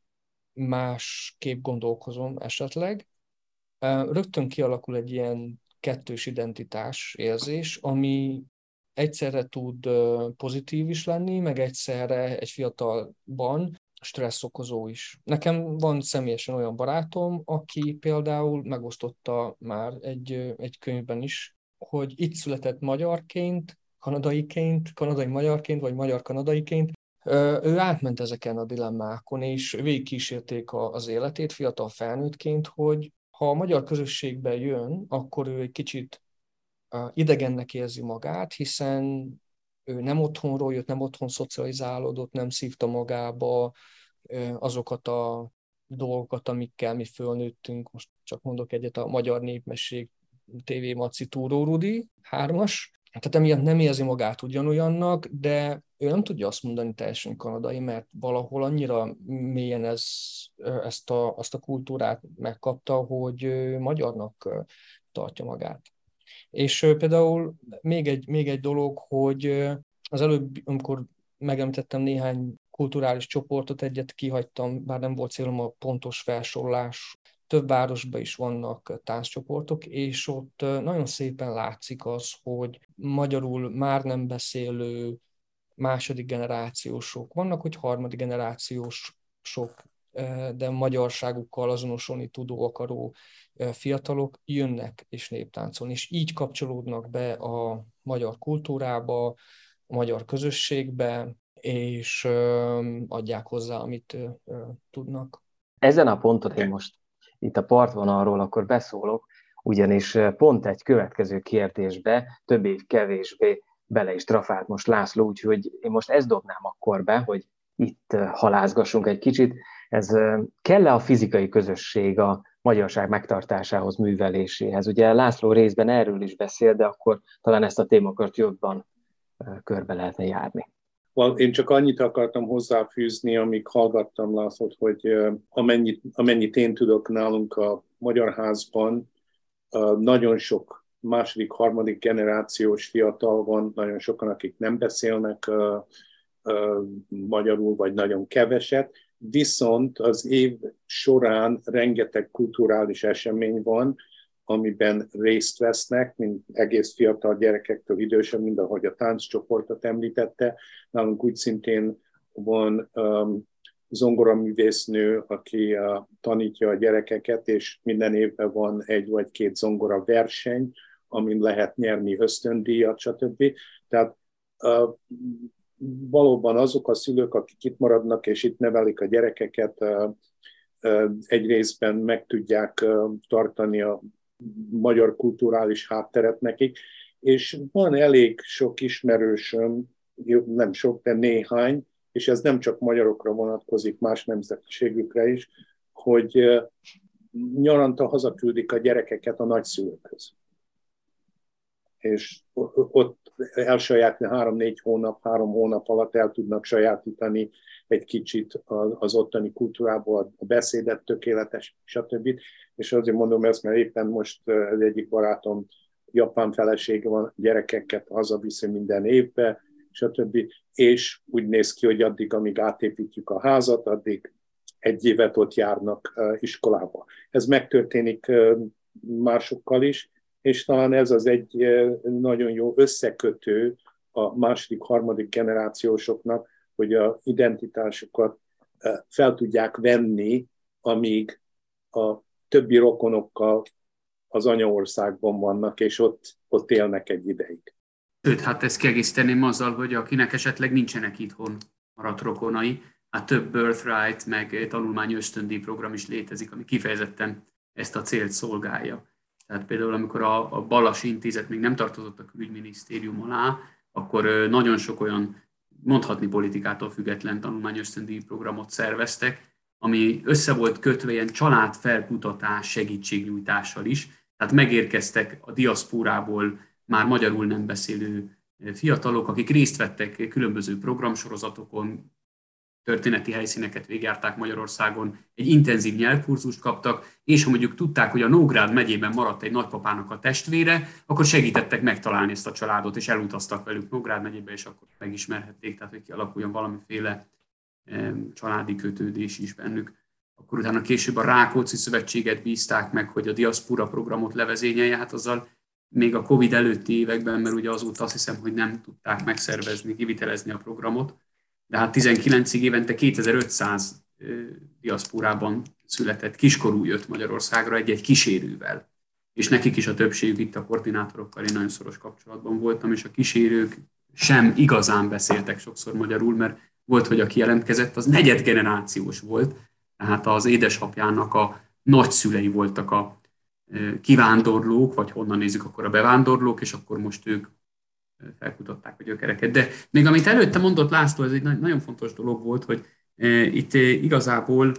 másképp gondolkozom esetleg. Rögtön kialakul egy ilyen kettős identitás érzés, ami egyszerre tud pozitív is lenni, meg egyszerre egy fiatalban stressz okozó is. Nekem van személyesen olyan barátom, aki például megosztotta már egy könyvben is, hogy itt született magyarként, kanadai magyarként, vagy magyar kanadaiként. Ő átment ezeken a dilemmákon, és végigkísérték az életét fiatal felnőttként, hogy ha a magyar közösségbe jön, akkor ő egy kicsit idegennek érzi magát, hiszen ő nem otthonról jött, nem otthon szocializálódott, nem szívta magába azokat a dolgokat, amikkel mi fölnőttünk. Most csak mondok egyet, a Magyar Népmesség, TV Maci, Túró Rudi, 3-as. Tehát emiatt nem érzi magát ugyanolyannak, de ő nem tudja azt mondani teljesen kanadai, mert valahol annyira mélyen azt a kultúrát megkapta, hogy magyarnak tartja magát. És például még egy dolog, hogy az előbb, amikor megemlítettem néhány kulturális csoportot, egyet kihagytam, bár nem volt célom a pontos felsorolás. Több városban is vannak tánccsoportok, és ott nagyon szépen látszik az, hogy magyarul már nem beszélő második generációsok vannak, hogy harmadik generációsok, de magyarságukkal azonosulni tudó, akaró fiatalok jönnek és néptáncolni, és így kapcsolódnak be a magyar kultúrába, a magyar közösségbe, és adják hozzá, amit tudnak. Ezen a ponton én most itt a partvonalról akkor beszólok, ugyanis pont egy következő kérdésbe többé-kevésbé bele is trafált most László, úgyhogy én most ezt dobnám akkor be, hogy itt halázgassunk egy kicsit. Ez kell-e a fizikai közösség a magyarság megtartásához, műveléséhez? Ugye László részben erről is beszél, de akkor talán ezt a témakört jobban körbe lehetne járni. Én csak annyit akartam hozzáfűzni, amíg hallgattam Lászlót, hogy amennyit én tudok nálunk a Magyar Házban, nagyon sok második, harmadik generációs fiatal van, nagyon sokan, akik nem beszélnek magyarul, vagy nagyon keveset, viszont az év során rengeteg kulturális esemény van, amiben részt vesznek, mint egész fiatal gyerekektől idősebb, mind ahogy a tánccsoportot említette. Nálunk úgy szintén van zongoraművésznő, aki tanítja a gyerekeket, és minden évben van 1 vagy 2 zongora verseny, amin lehet nyerni ösztöndíjat, stb. Tehát valóban azok a szülők, akik itt maradnak, és itt nevelik a gyerekeket, egy részben meg tudják tartani a magyar kulturális hátteret nekik, és van elég sok ismerősöm, nem sok, de néhány, és ez nem csak magyarokra vonatkozik, más nemzetiségükre is, hogy nyaranta hazaküldik a gyerekeket a nagyszülőkhöz. És ott elsajátni 3 hónap alatt el tudnak sajátítani egy kicsit az ottani kultúrából, a beszédet tökéletes, stb. És azért mondom ezt, mert éppen most az egyik barátom japán felesége van, gyerekeket hazaviszi minden évbe, stb. És úgy néz ki, hogy addig, amíg átépítjük a házat, addig 1 évet ott járnak iskolába. Ez megtörténik másokkal is, és talán ez az egy nagyon jó összekötő a második, harmadik generációsoknak, hogy az identitásukat fel tudják venni, amíg a többi rokonokkal az anyaországban vannak, és ott élnek egy ideig. Sőt, hát ezt kiegészíteném azzal, hogy akinek esetleg nincsenek itthon maradt rokonai, hát több birthright, meg tanulmány ösztöndíj program is létezik, ami kifejezetten ezt a célt szolgálja. Tehát például, amikor a Balasi Intézet még nem tartozott a külügyminisztérium alá, akkor nagyon sok olyan, mondhatni politikától független tanulmányösztöndíj programot szerveztek, ami össze volt kötve ilyen családfelkutatás segítségnyújtással is, Tehát megérkeztek a diaszpórából már magyarul nem beszélő fiatalok, akik részt vettek különböző programsorozatokon, történeti helyszíneket végigjárták Magyarországon, egy intenzív nyelvkurzust kaptak, és ha mondjuk tudták, hogy a Nógrád megyében maradt egy nagypapának a testvére, akkor segítettek megtalálni ezt a családot, és elutaztak velük Nógrád megyébe, és akkor megismerhették, tehát hogy kialakuljon valamiféle családi kötődés is bennük. Akkor utána később a Rákóczi Szövetséget bízták meg, hogy a diaszpora programot levezényelje, hát azzal még a Covid előtti években, mert ugye azóta azt hiszem, hogy nem tudták megszervezni, kivitelezni a programot, de hát 19-ig évente 2500 diaszporában született kiskorú jött Magyarországra egy-egy kísérővel. És nekik is a többségük itt a koordinátorokkal, én nagyon szoros kapcsolatban voltam, és a kísérők sem igazán beszéltek sokszor magyarul, mert volt, hogy aki jelentkezett, az negyedgenerációs volt, tehát az édesapjának a nagyszülei voltak a kivándorlók, vagy honnan nézzük, akkor a bevándorlók, és akkor most ők felkutatták a gyökereket. De még amit előtte mondott László, ez egy nagyon fontos dolog volt, hogy itt igazából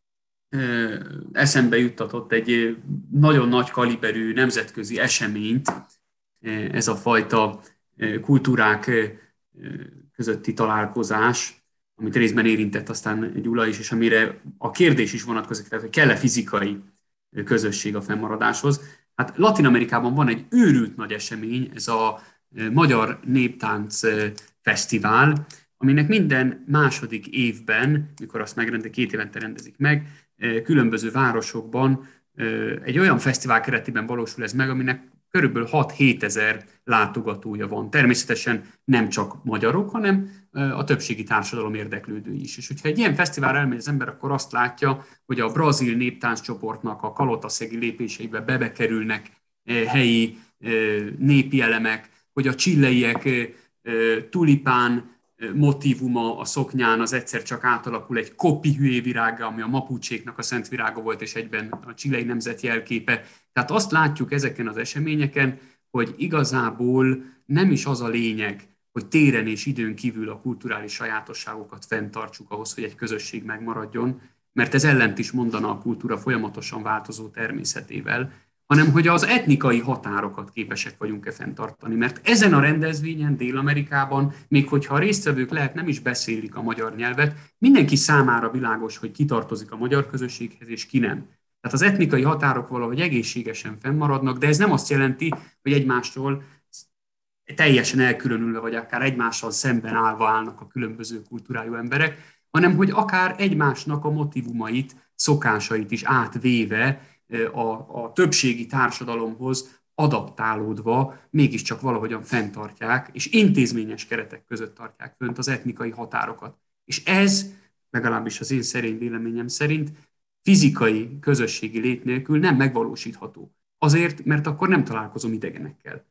eszembe juttatott egy nagyon nagy kaliberű nemzetközi eseményt, ez a fajta kultúrák közötti találkozás, amit részben érintett aztán Gyula is, és amire a kérdés is vonatkozik, tehát hogy kell-e fizikai közösség a fennmaradáshoz. Hát Latin-Amerikában van egy őrült nagy esemény, ez a Magyar Néptánc Fesztivál, aminek minden második évben, mikor azt megrendezik, 2 évente rendezik meg, különböző városokban egy olyan fesztivál keretében valósul ez meg, aminek körülbelül 6-7 ezer látogatója van. Természetesen nem csak magyarok, hanem a többségi társadalom érdeklődői is. És hogyha egy ilyen fesztiválra elmegy az ember, akkor azt látja, hogy a brazil néptánccsoportnak a kalotaszegi lépéseibe bekerülnek helyi népi elemek, hogy a chileiek tulipán motívuma a szoknyán az egyszer csak átalakul egy kopi hülyévirága, ami a mapucséknak a szent virága volt, és egyben a chilei nemzet jelképe. Tehát azt látjuk ezeken az eseményeken, hogy igazából nem is az a lényeg, hogy téren és időn kívül a kulturális sajátosságokat fenntartsuk ahhoz, hogy egy közösség megmaradjon, mert ez ellent is mondana a kultúra folyamatosan változó természetével, hanem hogy az etnikai határokat képesek vagyunk-e fenntartani. Mert ezen a rendezvényen Dél-Amerikában, még hogyha a résztvevők lehet nem is beszélik a magyar nyelvet, mindenki számára világos, hogy ki tartozik a magyar közösséghez, és ki nem. Tehát az etnikai határok valahogy egészségesen fennmaradnak, de ez nem azt jelenti, hogy egymástól teljesen elkülönülve, vagy akár egymással szemben állnak a különböző kultúrájú emberek, hanem hogy akár egymásnak a motivumait, szokásait is átvéve a többségi társadalomhoz adaptálódva mégiscsak valahogyan fenntartják, és intézményes keretek között tartják fönt az etnikai határokat. És ez, legalábbis az én szerény véleményem szerint, fizikai közösségi lét nélkül nem megvalósítható. Azért, mert akkor nem találkozom idegenekkel.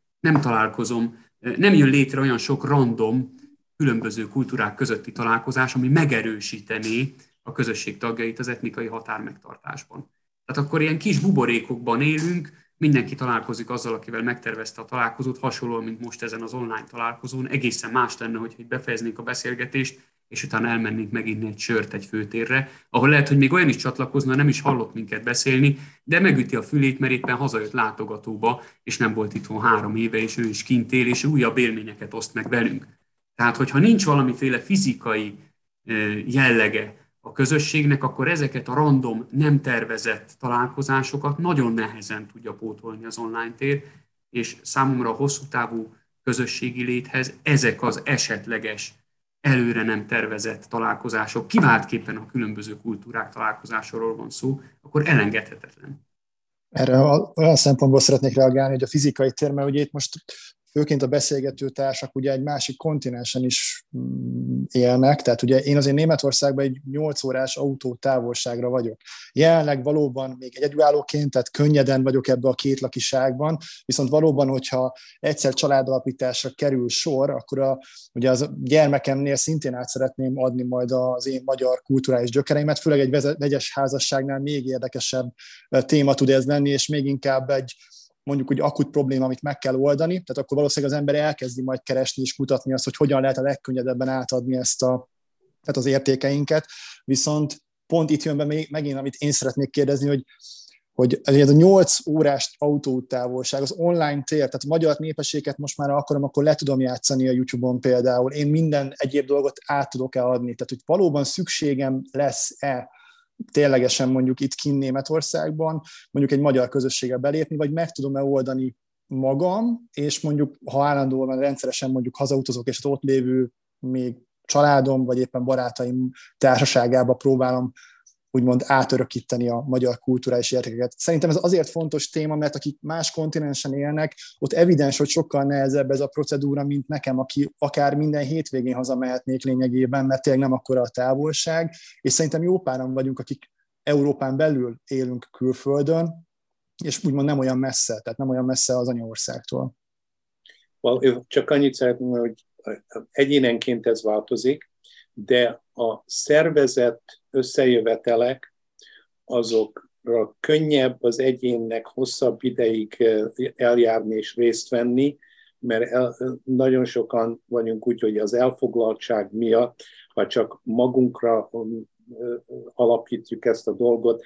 Nem jön létre olyan sok random, különböző kultúrák közötti találkozás, ami megerősítené a közösség tagjait az etnikai határ megtartásban. Tehát akkor ilyen kis buborékokban élünk, mindenki találkozik azzal, akivel megtervezte a találkozót, hasonlóan, mint most ezen az online találkozón. Egészen más lenne, hogy befejeznénk a beszélgetést, és utána elmennénk meginni egy sört egy főtérre, ahol lehet, hogy még olyan is csatlakozna, nem is hallott minket beszélni, de megüti a fülét, mert éppen hazajött látogatóba, és nem volt itthon 3 éve, és ő is kint él, és újabb élményeket oszt meg velünk. Tehát, hogyha nincs valamiféle fizikai jellege a közösségnek, akkor ezeket a random, nem tervezett találkozásokat nagyon nehezen tudja pótolni az online tér, és számomra a hosszú távú közösségi léthez ezek az esetleges, előre nem tervezett találkozások, kiváltképpen a különböző kultúrák találkozásról van szó, akkor elengedhetetlen. Erre olyan szempontból szeretnék reagálni, hogy a fizikai tér, mert ugye itt most főként a beszélgető társak ugye egy másik kontinensen is élnek, tehát ugye én azért Németországban egy 8 órás autó távolságra vagyok. Jelenleg valóban még egyedülállóként, tehát könnyeden vagyok ebbe a kétlakiságban, viszont valóban, hogyha egyszer családalapításra kerül sor, akkor ugye az gyermekemnél szintén át szeretném adni majd az én magyar kulturális gyökereimet, főleg egy vegyes házasságnál még érdekesebb téma tud ez lenni, és még inkább egy mondjuk úgy akut probléma, amit meg kell oldani, tehát akkor valószínűleg az ember elkezdi majd keresni és kutatni azt, hogy hogyan lehet a legkönnyedebben átadni tehát az értékeinket. Viszont pont itt jön be megint, amit én szeretnék kérdezni, hogy ez a 8 órás autótávolság, az online tér, tehát a magyar népességet most már akarom, akkor le tudom játszani a YouTube-on például. Én minden egyéb dolgot át tudok-e adni. Tehát, hogy valóban szükségem lesz-e ténylegesen mondjuk itt kint Németországban, mondjuk egy magyar közösséggel belépni, vagy meg tudom-e oldani magam, és mondjuk, ha állandóan rendszeresen mondjuk hazautazok, és ott lévő még családom, vagy éppen barátaim társaságába próbálom úgymond átörökíteni a magyar kulturális értékeket. Szerintem ez azért fontos téma, mert akik más kontinensen élnek, ott evidens, hogy sokkal nehezebb ez a procedúra, mint nekem, aki akár minden hétvégén hazamehetnék lényegében, mert tényleg nem akkora a távolság, és szerintem jó páran vagyunk, akik Európán belül élünk külföldön, és úgymond nem olyan messze, tehát nem olyan messze az anyaországtól. Csak annyit szeretném, hogy egyénenként ez változik, de a szervezett összejövetelek azokra könnyebb az egyénnek hosszabb ideig eljárni és részt venni, mert nagyon sokan vagyunk úgy, hogy az elfoglaltság miatt, ha csak magunkra alapítjuk ezt a dolgot,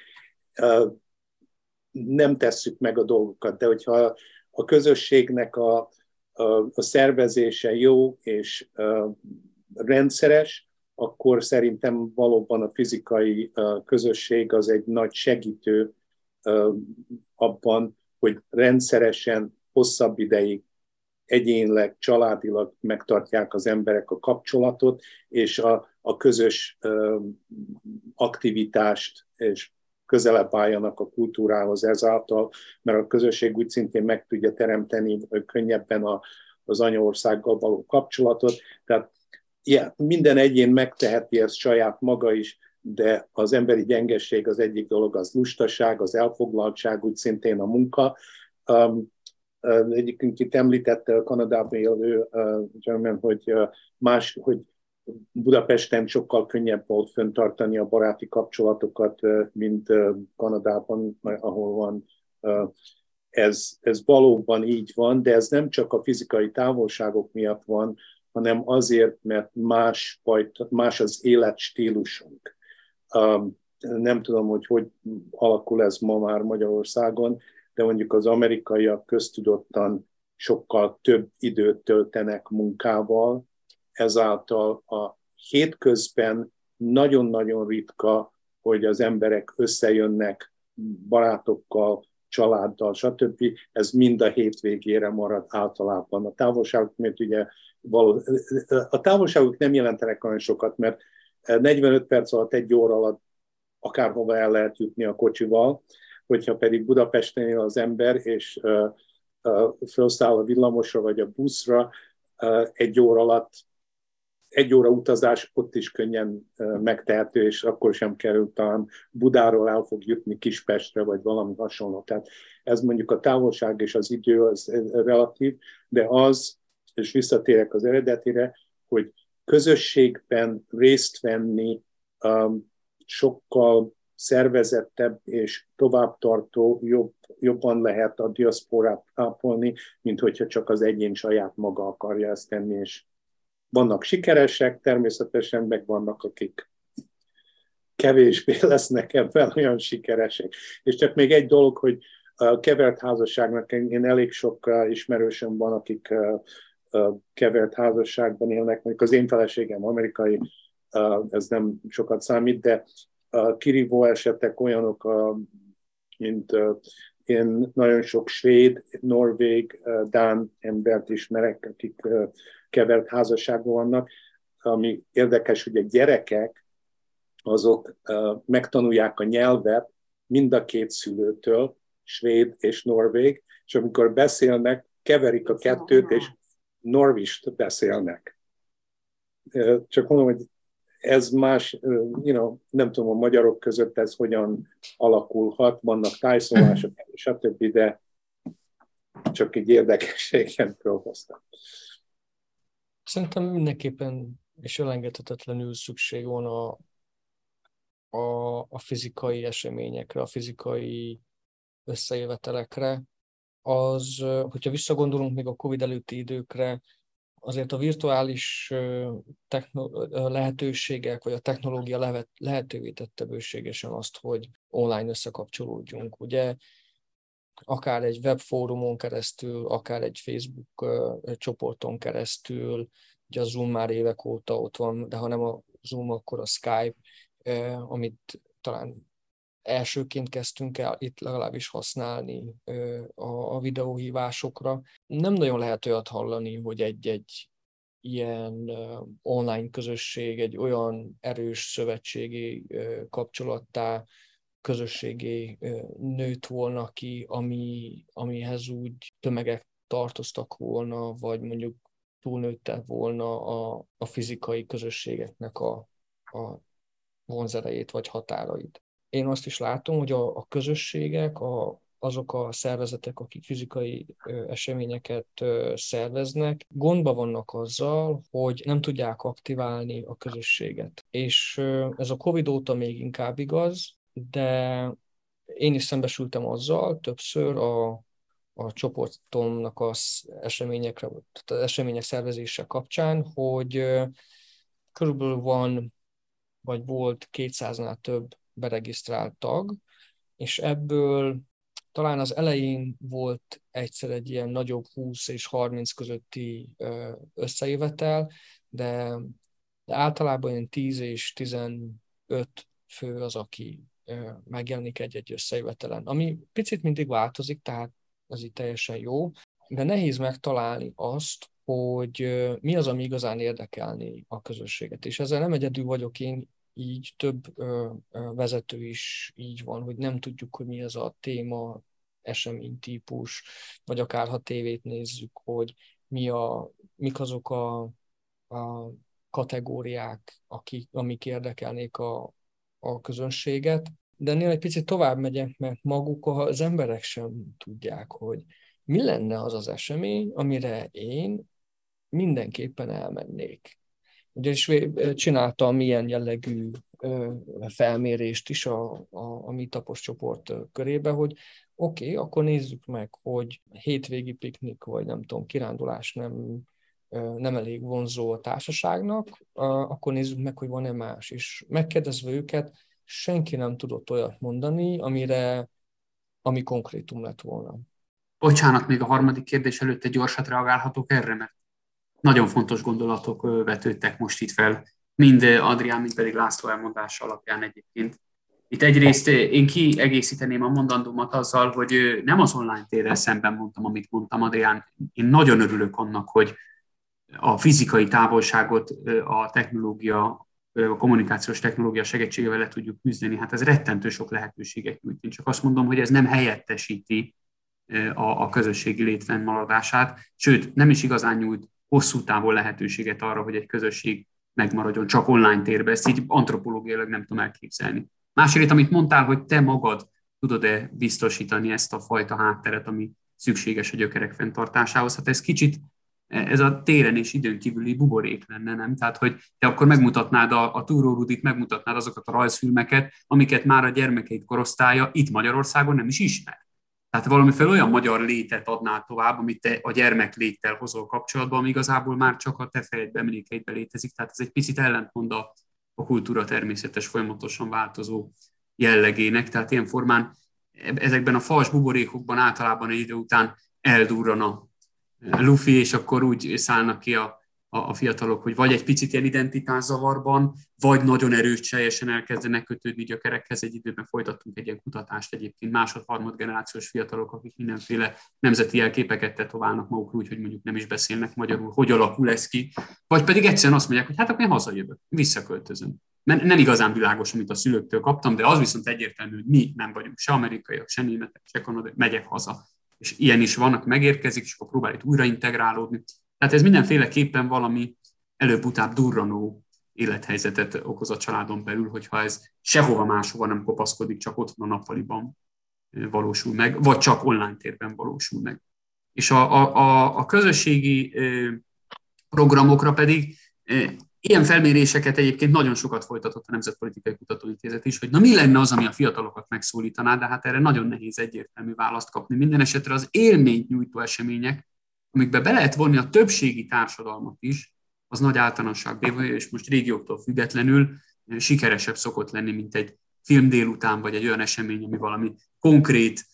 nem tesszük meg a dolgokat. De hogyha a közösségnek a szervezése jó és rendszeres, akkor szerintem valóban a fizikai közösség az egy nagy segítő abban, hogy rendszeresen, hosszabb ideig egyénileg, családilag megtartják az emberek a kapcsolatot, és a közös aktivitást, és közelebb álljanak a kultúrához ezáltal, mert a közösség úgy szintén meg tudja teremteni könnyebben az anyaországgal való kapcsolatot. Tehát minden egyén megteheti ezt saját maga is, de az emberi gyengeség az egyik dolog, az lustaság, az elfoglaltság, úgy szintén a munka. Egyikünk itt említette a Kanadában élő gentleman, hogy Budapesten sokkal könnyebb volt fenntartani a baráti kapcsolatokat, mint Kanadában, ahol van. Ez valóban így van, de ez nem csak a fizikai távolságok miatt van, hanem azért, mert más az életstílusunk. Nem tudom, hogy alakul ez ma már Magyarországon, de mondjuk az amerikaiak köztudottan sokkal több időt töltenek munkával, ezáltal a hétközben nagyon-nagyon ritka, hogy az emberek összejönnek barátokkal, családdal, stb. Ez mind a hétvégére marad általában. A távolságok, mert ugye a távolságok nem jelentenek olyan sokat, mert 45 perc alatt, 1 óra alatt akárhova el lehet jutni a kocsival, hogyha pedig Budapesten él az ember, és felszáll a villamosra vagy a buszra, 1 óra alatt, 1 óra utazás ott is könnyen megtehető, és akkor sem kerül, talán Budáról el fog jutni Kispestre, vagy valami hasonló. Tehát ez mondjuk a távolság és az idő az relatív, de az, és visszatérek az eredetére, hogy közösségben részt venni sokkal szervezettebb és továbbtartó, jobban lehet a diaszporát ápolni, mint hogyha csak az egyén saját maga akarja ezt tenni, és vannak sikeresek, természetesen meg vannak, akik kevésbé lesznek ebben olyan sikeresek. És csak még egy dolog, hogy kevert házasságnak, én elég sok ismerősöm van, akik kevert házasságban élnek, mondjuk az én feleségem amerikai, ez nem sokat számít, de kirívó esetek olyanok, mint én nagyon sok svéd, norvég, dán embert ismerek, akik kevert házasságban vannak, ami érdekes, hogy a gyerekek azok megtanulják a nyelvet mind a két szülőtől, svéd és norvég, és amikor beszélnek, keverik a kettőt, és norvist beszélnek. Csak mondom, hogy ez más, nem tudom, a magyarok között ez hogyan alakulhat, vannak tájszólások, stb., de csak egy érdekességen hoztam. Szerintem mindenképpen és elengedhetetlenül szükség van a fizikai eseményekre, a fizikai összejövetelekre. Az, hogyha visszagondolunk még a Covid előtti időkre, azért a virtuális lehetőségek, vagy a technológia lehetővé tette bőségesen azt, hogy online összekapcsolódjunk. Ugye akár egy webfórumon keresztül, akár egy Facebook csoporton keresztül, ugye a Zoom már évek óta ott van, de ha nem a Zoom, akkor a Skype, amit talán elsőként kezdtünk el itt legalábbis használni a videóhívásokra. Nem nagyon lehet olyat hallani, hogy egy ilyen online közösség, egy olyan erős szövetségi kapcsolattá, közösségé nőtt volna ki, amihez úgy tömegek tartoztak volna, vagy mondjuk túlnőtte volna a fizikai közösségeknek a vonzerejét vagy határait. Én azt is látom, hogy a közösségek, azok a szervezetek, akik fizikai eseményeket szerveznek, gondba vannak azzal, hogy nem tudják aktiválni a közösséget. És ez a Covid óta még inkább igaz, de én is szembesültem azzal többször a csoportomnak az eseményekre, tehát az események szervezése kapcsán, hogy körülbelül volt 200-nál több beregisztrált tag, és ebből talán az elején volt egyszer egy ilyen nagyobb 20 és 30 közötti összejövetel, de általában ilyen 10 és 15 fő az, aki megjelenik egy-egy összejövetelen, ami picit mindig változik, tehát ez így teljesen jó, de nehéz megtalálni azt, hogy mi az, ami igazán érdekelni a közösséget. És ezzel nem egyedül vagyok én, így több vezető is így van, hogy nem tudjuk, hogy mi az a téma, eseménytípus, vagy akár ha tévét nézzük, hogy mik azok a kategóriák, amik érdekelnék a közönséget. De ennél egy picit tovább megyek, mert maguk az emberek sem tudják, hogy mi lenne az az esemény, amire én mindenképpen elmennék. Ugyanis csináltam ilyen jellegű felmérést is a Meetupos csoport körébe, hogy oké, akkor nézzük meg, hogy hétvégi piknik, vagy nem tudom, kirándulás nem elég vonzó a társaságnak, akkor nézzük meg, hogy van-e más. És megkérdezve őket, senki nem tudott olyat mondani, ami konkrétum lett volna. Bocsánat, még a harmadik kérdés előtt egy gyorsat reagálhatok erre, mert nagyon fontos gondolatok vetődtek most itt fel, mind Adrián, mind pedig László elmondása alapján egyébként. Itt egyrészt én kiegészíteném a mondandómat azzal, hogy nem az online térrel szemben mondtam, amit mondtam, Adrián. Én nagyon örülök annak, hogy a fizikai távolságot a technológia, a kommunikációs technológia segítségével le tudjuk küzdeni. Hát ez rettentő sok lehetőséget nyújt. Én csak azt mondom, hogy ez nem helyettesíti a közösségi lét fennmaradását, sőt, nem is igazán nyújt hosszú távon lehetőséget arra, hogy egy közösség megmaradjon csak online térben. Ezt így antropológiailag nem tudom elképzelni. Másrészt, amit mondtál, hogy te magad tudod-e biztosítani ezt a fajta hátteret, ami szükséges a gyökerek fenntartásához. Hát ez kicsit, ez a téren és időn kívüli buborék lenne, nem? Tehát, hogy te akkor megmutatnád a Túró Rudit, megmutatnád azokat a rajzfilmeket, amiket már a gyermekeid korosztálya itt Magyarországon nem is ismer. Tehát valamiféle olyan magyar létet adnál tovább, amit te a gyermek léttel hozol kapcsolatban, ami igazából már csak a te fejedbe, emlékeidbe létezik. Tehát ez egy picit ellentmond a kultúra természetes, folyamatosan változó jellegének. Tehát ilyen formán ezekben a fals buborékokban általában egy idő után eldurran a lufi, és akkor úgy szállnak ki a fiatalok, hogy vagy egy picit ilyen identitászavarban, vagy nagyon erőteljesen elkezdenek kötődni gyökerekhez. Egy időben folytattunk egy ilyen kutatást egyébként másod-harmad generációs fiatalok, akik mindenféle nemzeti jelképeket tetoválnak magukról, úgyhogy mondjuk nem is beszélnek magyarul, hogy alakul ez ki. Vagy pedig egyszerűen azt mondják, hogy hát akkor én hazajövök, visszaköltözöm. Mert nem igazán világos, amit a szülőktől kaptam, de az viszont egyértelmű, hogy mi nem vagyunk se amerikaiak, se németek, se kanadaiak, megyek haza. És ilyen is van, aki megérkezik, és akkor próbál itt újraintegrálódni. Tehát ez mindenféleképpen valami előbb-utább durranó élethelyzetet okoz a családon belül, hogyha ez sehova máshova nem kopaszkodik, csak otthon a nappaliban valósul meg, vagy csak online térben valósul meg. És a közösségi programokra pedig ilyen felméréseket egyébként nagyon sokat folytatott a Nemzetpolitikai Kutatóintézet is, hogy na mi lenne az, ami a fiatalokat megszólítaná, de hát erre nagyon nehéz egyértelmű választ kapni. Minden esetre az élményt nyújtó események, amikbe be lehet vonni a többségi társadalmat is, az nagy általánosságban, és most régióktól függetlenül sikeresebb szokott lenni, mint egy film délután, vagy egy olyan esemény, ami valami konkrét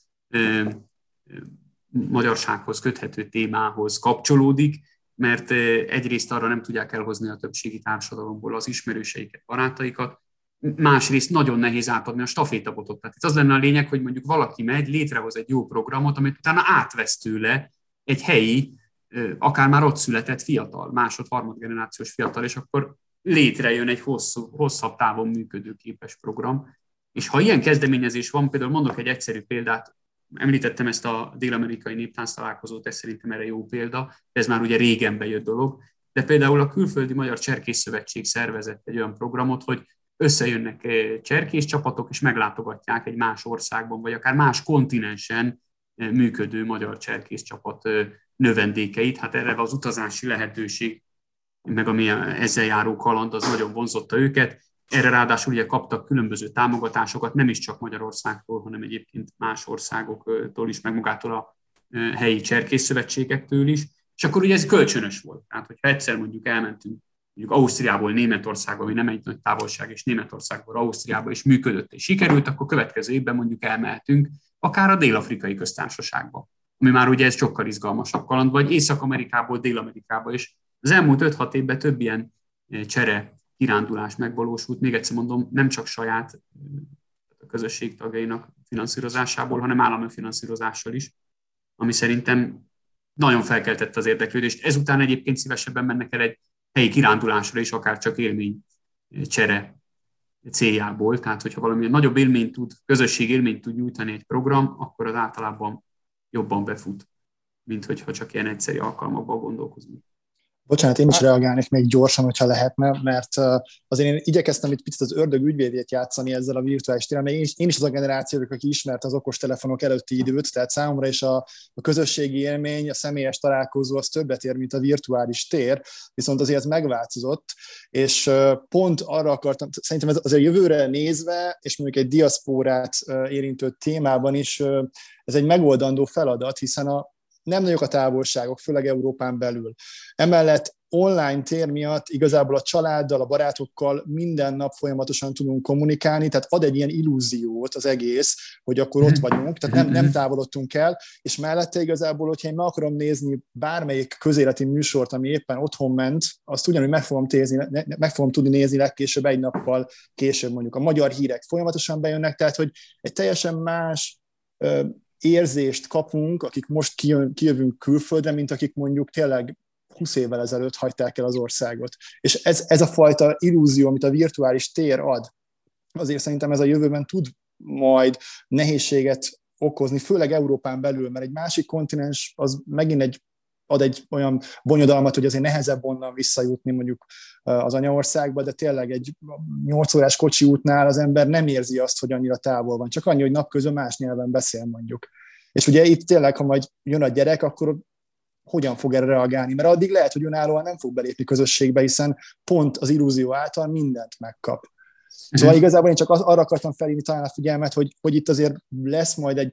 magyarsághoz köthető témához kapcsolódik, mert egyrészt arra nem tudják elhozni a többségi társadalomból az ismerőseiket, barátaikat, másrészt nagyon nehéz átadni a stafétabotot. Tehát itt az lenne a lényeg, hogy mondjuk valaki megy, létrehoz egy jó programot, amit utána átvesz tőle egy helyi, akár már ott született fiatal, harmadgenerációs fiatal, és akkor létrejön egy hosszabb távon működőképes program. És ha ilyen kezdeményezés van, például mondok egy egyszerű példát, említettem ezt a dél-amerikai néptánc találkozót, ez szerintem erre jó példa, ez már ugye régen bejött dolog, de például a Külföldi Magyar Cserkészszövetség szervezett egy olyan programot, hogy összejönnek cserkész csapatok, és meglátogatják egy más országban, vagy akár más kontinensen működő magyar cserkész csapat növendékeit. Hát erre az utazási lehetőség, meg ami ezzel járó kaland, az nagyon vonzotta őket. Erre ráadásul ugye kaptak különböző támogatásokat, nem is csak Magyarországtól, hanem egyébként más országoktól is, meg magától a helyi cserkészszövetségektől is. És akkor ugye ez kölcsönös volt. Tehát, hogyha egyszer mondjuk elmentünk mondjuk Ausztriából Németországba, ami nem egy nagy távolság, és Németországból Ausztriába is működött és sikerült, akkor következő évben mondjuk elmehetünk akár a Dél-Afrikai Köztársaságba, ami már ugye ez sokkal izgalmasabb kaland, vagy Észak-Amerikából Dél-Amerikába, és az elmúlt 5-6 évben több ilyen csere kirándulás megvalósult, még egyszer mondom, nem csak saját a közösség tagjainak finanszírozásából, hanem állami finanszírozással is, ami szerintem nagyon felkeltette az érdeklődést. Ezután egyébként szívesebben mennek el egy helyi kirándulásra is, akár csak élménycsere céljából. Tehát, hogyha valamilyen nagyobb közösség élményt tud nyújtani egy program, akkor az általában jobban befut, mint hogyha csak ilyen egyszerű alkalmakban gondolkozunk. Bocsánat, én is reagálnék még gyorsan, hogyha lehetne, mert azért én igyekeztem itt picit az ördög ügyvédjét játszani ezzel a virtuális téren, mert én is az a generáció, aki ismert az okostelefonok előtti időt, tehát számomra is a közösségi élmény, a személyes találkozó az többet ér, mint a virtuális tér, viszont azért ez megváltozott, és pont arra akartam, szerintem ez azért jövőre nézve, és mondjuk egy diaszpórát érintő témában is ez egy megoldandó feladat, hiszen nem nagyok a távolságok, főleg Európán belül. Emellett online tér miatt igazából a családdal, a barátokkal minden nap folyamatosan tudunk kommunikálni, tehát ad egy ilyen illúziót az egész, hogy akkor ott vagyunk, tehát nem távolodtunk el, és mellette igazából, hogyha én meg akarom nézni bármelyik közéleti műsort, ami éppen otthon ment, azt ugyanúgy meg fogom tudni nézni legkésőbb egy nappal később, mondjuk a magyar hírek folyamatosan bejönnek, tehát hogy egy teljesen más érzést kapunk, akik most kijövünk külföldre, mint akik mondjuk tényleg 20 évvel ezelőtt hagyták el az országot. És ez a fajta illúzió, amit a virtuális tér ad, azért szerintem ez a jövőben tud majd nehézséget okozni, főleg Európán belül, mert egy másik kontinens az megint ad egy olyan bonyodalmat, hogy azért nehezebb onnan visszajutni mondjuk az anyaországba, de tényleg egy 8 órás kocsi útnál az ember nem érzi azt, hogy annyira távol van, csak annyi, hogy napközben más nyelven beszél mondjuk. És ugye itt tényleg, ha majd jön a gyerek, akkor hogyan fog erre reagálni? Mert addig lehet, hogy önállóan nem fog belépni közösségbe, hiszen pont az illúzió által mindent megkap. Szóval igazából én csak arra akartam felhívni talán a figyelmet, hogy itt azért lesz majd egy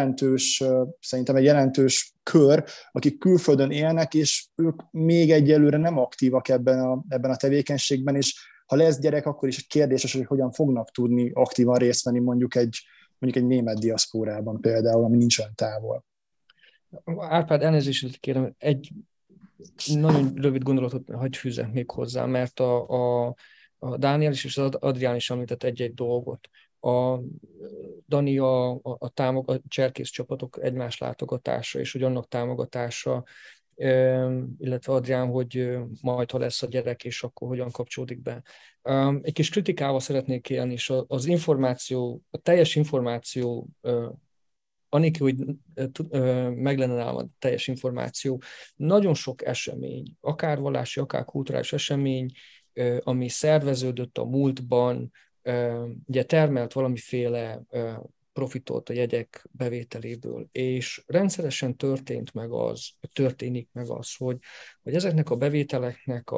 szerintem egy jelentős kör, akik külföldön élnek, és ők még egyelőre nem aktívak ebben a tevékenységben, és ha lesz gyerek, akkor is kérdéses, hogy hogyan fognak tudni aktívan részt venni mondjuk egy német diaszpórában például, ami nincs olyan távol. Árpád, elnézést kérem, egy nagyon rövid gondolatot hagyj fűzzek még hozzá, mert a Dániel is és az Adrián is említett egy-egy dolgot. A Dani a cserkész csapatok egymás látogatása, és hogy annak támogatása, illetve Adrián, hogy majd, ha lesz a gyerek, és akkor hogyan kapcsolódik be. Egy kis kritikával szeretnék élni, és az információ, a teljes információ, anélkül, hogy meg lenne a teljes információ, nagyon sok esemény, akár vallási, akár kulturális esemény, ami szerveződött a múltban, ugye termelt valamiféle profitot a jegyek bevételéből, és rendszeresen történik meg az, hogy ezeknek a bevételeknek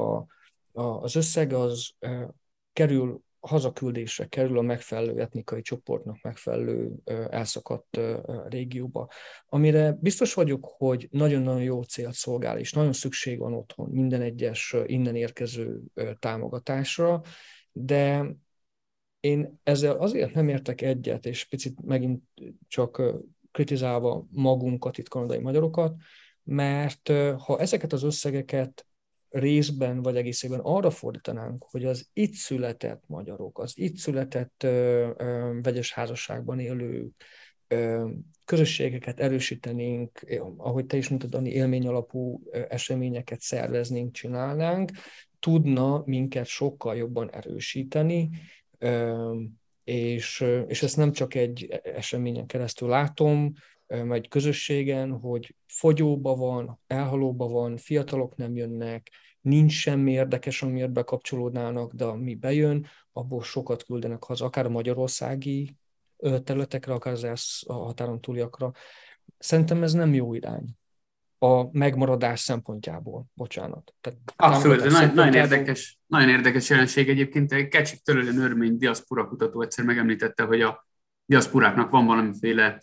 az összeg az kerül hazaküldésre, kerül a megfelelő etnikai csoportnak megfelelő elszakadt régióba, amire biztos vagyok, hogy nagyon-nagyon jó célt szolgál, és nagyon szükség van otthon minden egyes innen érkező támogatásra, de Én ezzel azért nem értek egyet, és picit megint csak kritizálva magunkat, itt kanadai magyarokat, mert ha ezeket az összegeket részben vagy egészében arra fordítanánk, hogy az itt született magyarok, az itt született vegyes házasságban élő közösségeket erősítenénk, ahogy te is mondtad, Dani, élmény alapú eseményeket szerveznénk, csinálnánk, tudna minket sokkal jobban erősíteni, és ezt nem csak egy eseményen keresztül látom, egy közösségen, hogy fogyóba van, elhalóba van, fiatalok nem jönnek, nincs semmi érdekes, amiért bekapcsolódnának, de ami bejön, abból sokat küldenek haza, akár a magyarországi területekre, akár a határon túliakra. Szerintem ez nem jó irány a megmaradás szempontjából. Bocsánat. Abszolút, nagyon érdekes jelenség egyébként. Kecsik Törölön Örmény diaszpora kutató egyszer megemlítette, hogy a diaszporáknak van valamiféle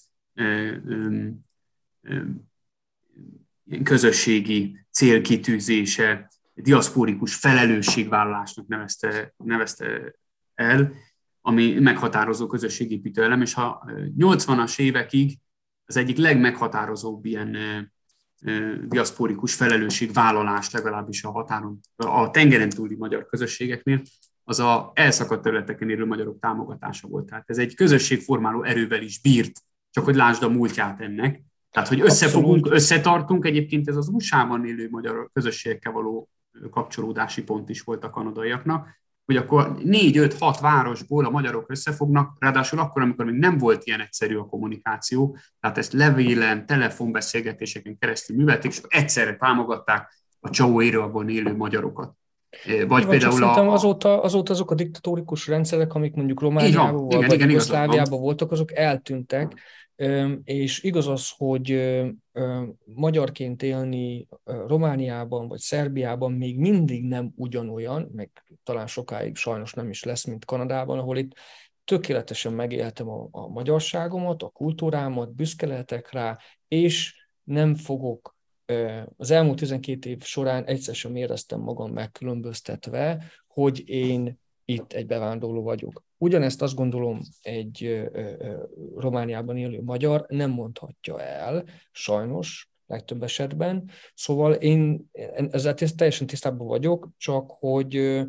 közösségi célkitűzése, diaszporikus felelősségvállalásnak nevezte el, ami meghatározó közösségépítő elem, és ha 80-as évekig az egyik legmeghatározóbb ilyen diaszporikus felelősségvállalás, legalábbis a tengeren túli magyar közösségeknél, az az elszakadt területeken élő magyarok támogatása volt. Tehát ez egy közösségformáló erővel is bírt, csak hogy lásd a múltját ennek. Tehát, hogy összefogunk, összetartunk, egyébként ez az USA-ban élő magyar közösségekkel való kapcsolódási pont is volt a kanadaiaknak, hogy akkor 4-5-6 városból a magyarok összefognak, ráadásul akkor, amikor még nem volt ilyen egyszerű a kommunikáció, tehát ezt levélen, telefonbeszélgetéseken keresztül művelték, és egyszerre támogatták a Csau Érőabban élő magyarokat. Vagy például azóta azok a diktatórikus rendszerek, amik mondjuk Romániában vagy Jugoszláviában voltak, azok eltűntek, és igaz az, hogy magyarként élni Romániában vagy Szerbiában még mindig nem ugyanolyan, meg talán sokáig sajnos nem is lesz, mint Kanadában, ahol itt tökéletesen megéltem a magyarságomat, a kultúrámat, büszke lehetek rá, és nem fogok az elmúlt 12 év során egyszer sem éreztem magam megkülönböztetve, hogy én itt egy bevándorló vagyok. Ugyanezt azt gondolom egy Romániában élő magyar nem mondhatja el, sajnos, legtöbb esetben. Szóval én ezzel teljesen tisztában vagyok, csak hogy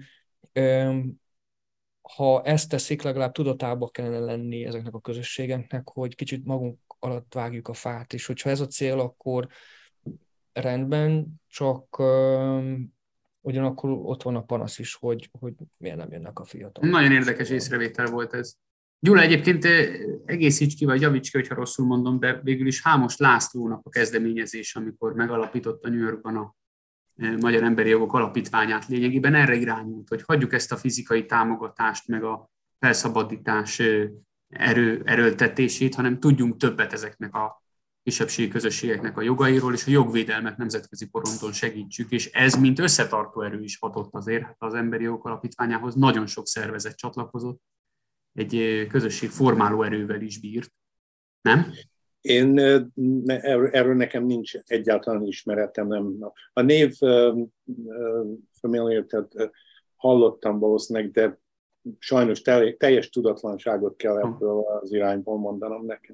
ha ezt teszik, legalább tudatában kellene lenni ezeknek a közösségeknek, hogy kicsit magunk alatt vágjuk a fát, és hogyha ez a cél, akkor rendben, csak ugyanakkor ott van a panasz is, hogy miért nem jönnek a fiatalok. Nagyon érdekes észrevétel volt ez. Gyula, egyébként egészíts ki, vagy javíts ki, hogyha rosszul mondom, de végül is Hámos Lászlónak a kezdeményezés, amikor megalapította New Yorkban a Magyar Emberi Jogok Alapítványát, lényegében erre irányult, hogy hagyjuk ezt a fizikai támogatást, meg a felszabadítás erőltetését, hanem tudjunk többet ezeknek a kisebbségi közösségeknek a jogairól, és a jogvédelmet nemzetközi porondon segítsük, és ez mint összetartó erő is hatott azért, hát az Emberi Jogok Alapítványához nagyon sok szervezet csatlakozott, egy közösség formáló erővel is bírt, nem? Erről nekem nincs egyáltalán ismeretem. Nem. A név familiar, tehát hallottam valószínűleg, de sajnos teljes tudatlanságot kell ebből az irányból mondanom nekem.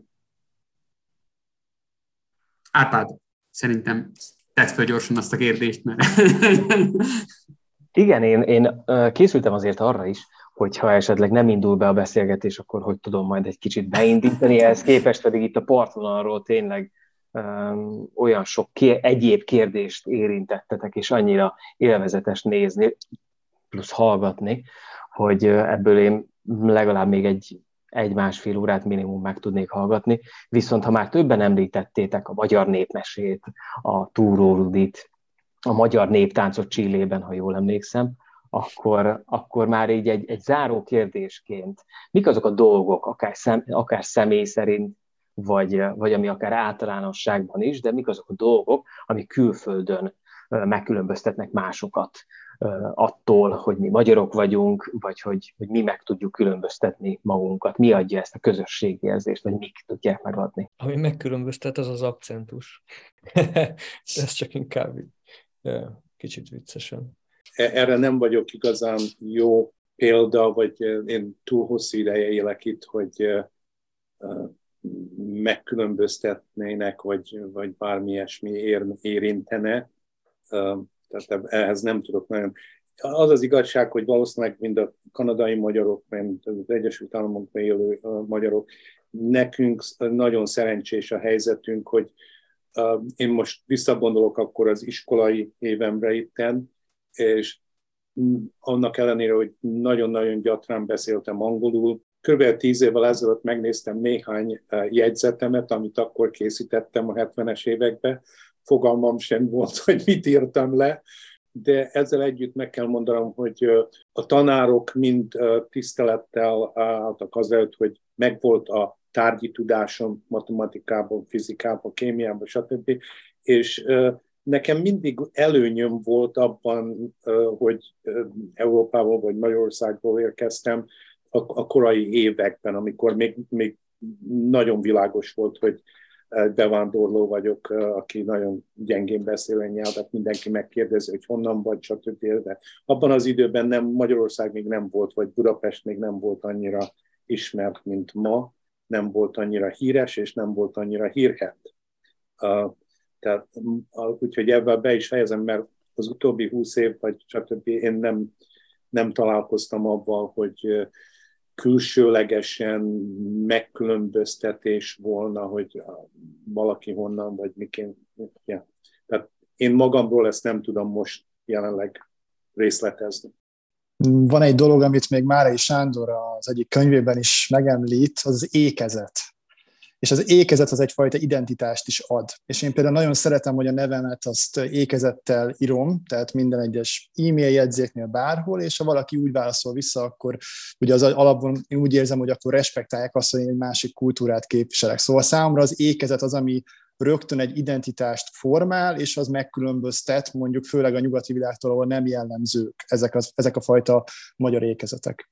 Árpád, szerintem tedd fel gyorsan azt a kérdést, mert... Igen, én készültem azért arra is, hogyha esetleg nem indul be a beszélgetés, akkor hogy tudom majd egy kicsit beindítani, ehhez képest pedig itt a partvonalról tényleg olyan sok egyéb kérdést érintettetek, és annyira élvezetes nézni, plusz hallgatni, hogy ebből én legalább még egy-másfél órát minimum meg tudnék hallgatni. Viszont ha már többen említettétek a magyar népmesét, a Túró Rudit, a magyar néptáncot Chilében, ha jól emlékszem, akkor már így egy záró kérdésként, mik azok a dolgok, akár személy szerint, vagy ami akár általánosságban is, de mik azok a dolgok, ami külföldön megkülönböztetnek másokat attól, hogy mi magyarok vagyunk, vagy hogy mi meg tudjuk különböztetni magunkat. Mi adja ezt a közösségérzést, vagy mik tudják megadni? Ami megkülönböztet, az az akcentus. Ez csak inkább kicsit viccesen. Erre nem vagyok igazán jó példa, vagy én túl hosszú ideje élek itt, hogy megkülönböztetnének, vagy bármi ilyesmi érintene. Tehát ehhez nem tudok nagyon. Az az igazság, hogy valószínűleg mind a kanadai magyarok, mint az Egyesült Államokban élő magyarok, nekünk nagyon szerencsés a helyzetünk, hogy én most visszagondolok akkor az iskolai évemre itten, és annak ellenére, hogy nagyon-nagyon gyakran beszéltem angolul, kb. 10 évvel ezelőtt megnéztem néhány jegyzetemet, amit akkor készítettem a 70-es években. Fogalmam sem volt, hogy mit írtam le, de ezzel együtt meg kell mondanom, hogy a tanárok mind tisztelettel álltak azért, hogy megvolt a tárgyi tudásom matematikában, fizikában, kémiában, stb. És nekem mindig előnyöm volt abban, hogy Európából vagy Magyarországból érkeztem a korai években, amikor még nagyon világos volt, hogy bevándorló vagyok, aki nagyon gyengén beszél a nyelvet, mindenki megkérdezi, hogy honnan vagy, stb. De abban az időben Magyarország még nem volt, vagy Budapest még nem volt annyira ismert, mint ma, nem volt annyira híres, és nem volt annyira hírhedt. Tehát, úgyhogy ebben be is fejezem, mert az utóbbi 20 év, vagy stb. Én nem találkoztam abban, hogy külsőlegesen megkülönböztetés volna, hogy valaki honnan, vagy miként. Ja. Tehát én magamról ezt nem tudom most jelenleg részletezni. Van egy dolog, amit még Márai Sándor az egyik könyvében is megemlít, az ékezet. És az ékezet az egyfajta identitást is ad. És én például nagyon szeretem, hogy a nevemet azt ékezettel írom, tehát minden egyes e-mail jegyzéknél bárhol, és ha valaki úgy válaszol vissza, akkor ugye az alapban én úgy érzem, hogy akkor respektálják azt, hogy én egy másik kultúrát képviselek. Szóval számomra az ékezet az, ami rögtön egy identitást formál, és az megkülönböztet, mondjuk főleg a nyugati világtól, ahol nem jellemzők ezek a fajta magyar ékezetek.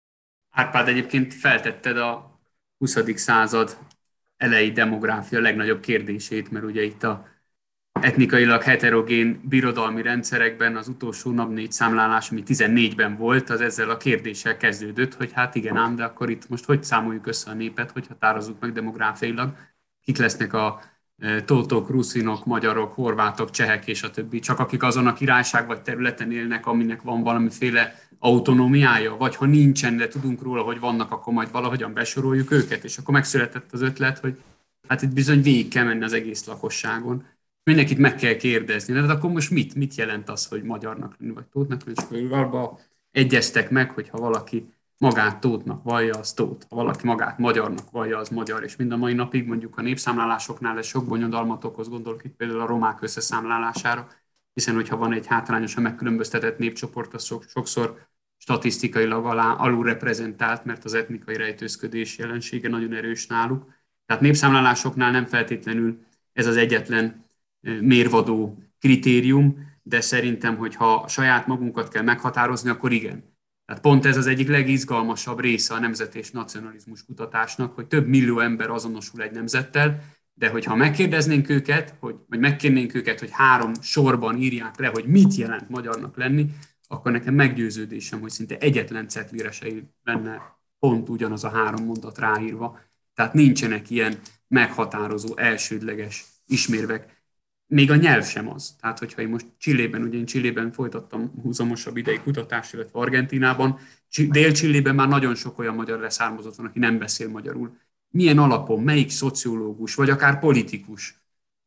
Árpád, egyébként feltetted a 20. század elejé demográfia legnagyobb kérdését, mert ugye itt a etnikailag heterogén birodalmi rendszerekben az utolsó napnégy számlálás, ami 14-ben volt, az ezzel a kérdéssel kezdődött, hogy hát igen ám, de akkor itt most hogy számoljuk össze a népet, hogy határozzuk meg demográfiailag, kik lesznek a tótok, ruszinok, magyarok, horvátok, csehek és a többi, csak akik azon a királyság vagy területen élnek, aminek van valamiféle autonómiája, vagy ha nincsen, de tudunk róla, hogy vannak, akkor majd valahogyan besoroljuk őket, és akkor megszületett az ötlet, hogy hát itt bizony végig kell menni az egész lakosságon. Mindenkit meg kell kérdezni, de akkor most mit jelent az, hogy magyarnak lenni, vagy tótnak lenni, és akkor abban egyeztek meg, hogy ha valaki magát tótnak vallja, az tót. Ha valaki magát magyarnak vallja, az magyar. És mind a mai napig mondjuk a népszámlálásoknál ez sok bonyodalmat okoz, gondolok itt például a romák összeszámlálására, hiszen hogyha van egy hátrányosan megkülönböztetett népcsoport, az sokszor statisztikailag alulreprezentált, mert az etnikai rejtőzködés jelensége nagyon erős náluk. Tehát népszámlálásoknál nem feltétlenül ez az egyetlen mérvadó kritérium, de szerintem, hogyha saját magunkat kell meghatározni, akkor igen. Tehát pont ez az egyik legizgalmasabb része a nemzet és nacionalizmus kutatásnak, hogy több millió ember azonosul egy nemzettel, de hogyha megkérdeznénk őket, vagy megkérnénk őket, hogy 3 sorban írják le, hogy mit jelent magyarnak lenni, akkor nekem meggyőződésem, hogy szinte egyetlen cetlire se lenne pont ugyanaz a 3 mondat ráírva. Tehát nincsenek ilyen meghatározó, elsődleges ismérvek. Még a nyelv sem az. Tehát, hogyha én most Chilében folytattam húzamosabb ideig kutatást, illetve Argentínában, Dél-Chilében már nagyon sok olyan magyar leszármazott van, aki nem beszél magyarul. Milyen alapon, melyik szociológus, vagy akár politikus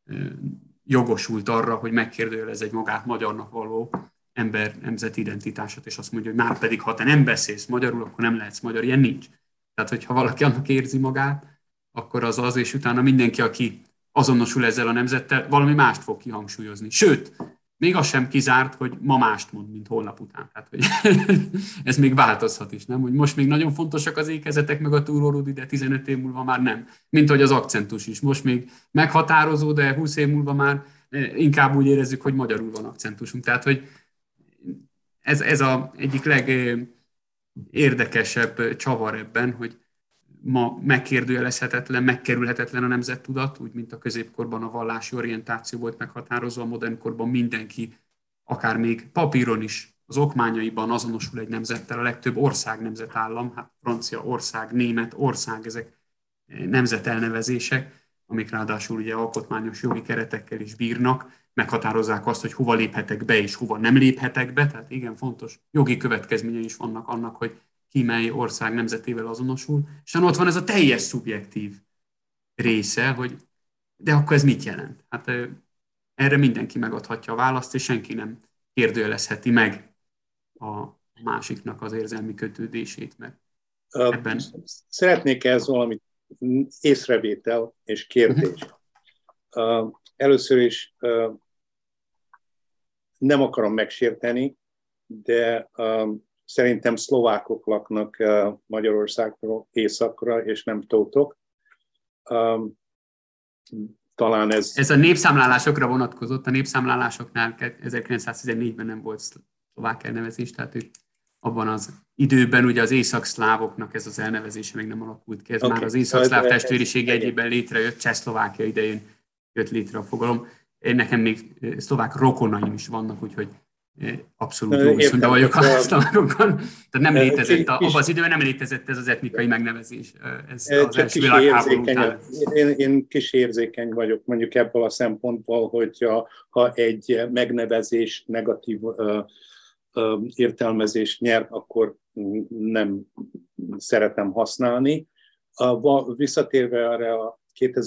jogosult arra, hogy megkérdőjelez egy magát magyarnak való ember nemzeti identitását, és azt mondja, hogy már pedig, ha te nem beszélsz magyarul, akkor nem lehetsz magyar. Ilyen nincs. Tehát, hogyha valaki annak érzi magát, akkor az, és utána mindenki, aki azonosul ezzel a nemzettel, valami mást fog kihangsúlyozni. Sőt, még az sem kizárt, hogy ma mást mond, mint holnap után. Tehát, hogy ez még változhat is, nem? Hogy most még nagyon fontosak az ékezetek, meg a túrórudi, de 15 év múlva már nem. Mint hogy az akcentus is. Most még meghatározó, de 20 év múlva már inkább úgy érezzük, hogy magyarul van akcentusunk. Tehát, hogy ez az egyik legérdekesebb csavar ebben, hogy ma megkérdőjelezhetetlen, megkerülhetetlen a nemzettudat, úgy, mint a középkorban a vallási orientáció volt meghatározó, a modern korban mindenki, akár még papíron is az okmányaiban azonosul egy nemzettel, a legtöbb ország nemzetállam, hát francia ország, német ország, ezek nemzetelnevezések, amik ráadásul ugye alkotmányos jogi keretekkel is bírnak, meghatározzák azt, hogy hova léphetek be és hova nem léphetek be, tehát igen fontos jogi következményei is vannak annak, hogy ki mely ország nemzetével azonosul, és ott van ez a teljes szubjektív része, hogy de akkor ez mit jelent? Hát erre mindenki megadhatja a választ, és senki nem kérdőjelezheti meg a másiknak az érzelmi kötődését, mert ebben... Szeretnék ez valami észrevétel és kérdés. Először is nem akarom megsérteni, de szerintem szlovákok laknak Magyarországról északra, és nem tótok. Talán ez a népszámlálásokra vonatkozott, a népszámlálásoknál 1914-ben nem volt szlovák elnevezés, tehát ők abban az időben ugye az észak-szlávoknak ez az elnevezése még nem alakult ki, ez már az észak-szláv testvériség egyében létrejött, Csehszlovákia idején jött létre a fogalom. Nekem még szlovák rokonaim is vannak, úgyhogy abszolút jó viszonyban vagyok a szlovákokkal. Tehát nem létezett, abban az időben nem létezett ez az etnikai megnevezés. Ez az első világháború után. Én kis érzékeny vagyok mondjuk ebből a szempontból, hogy ha egy megnevezés negatív értelmezést nyer, akkor nem szeretem használni. Visszatérve erre a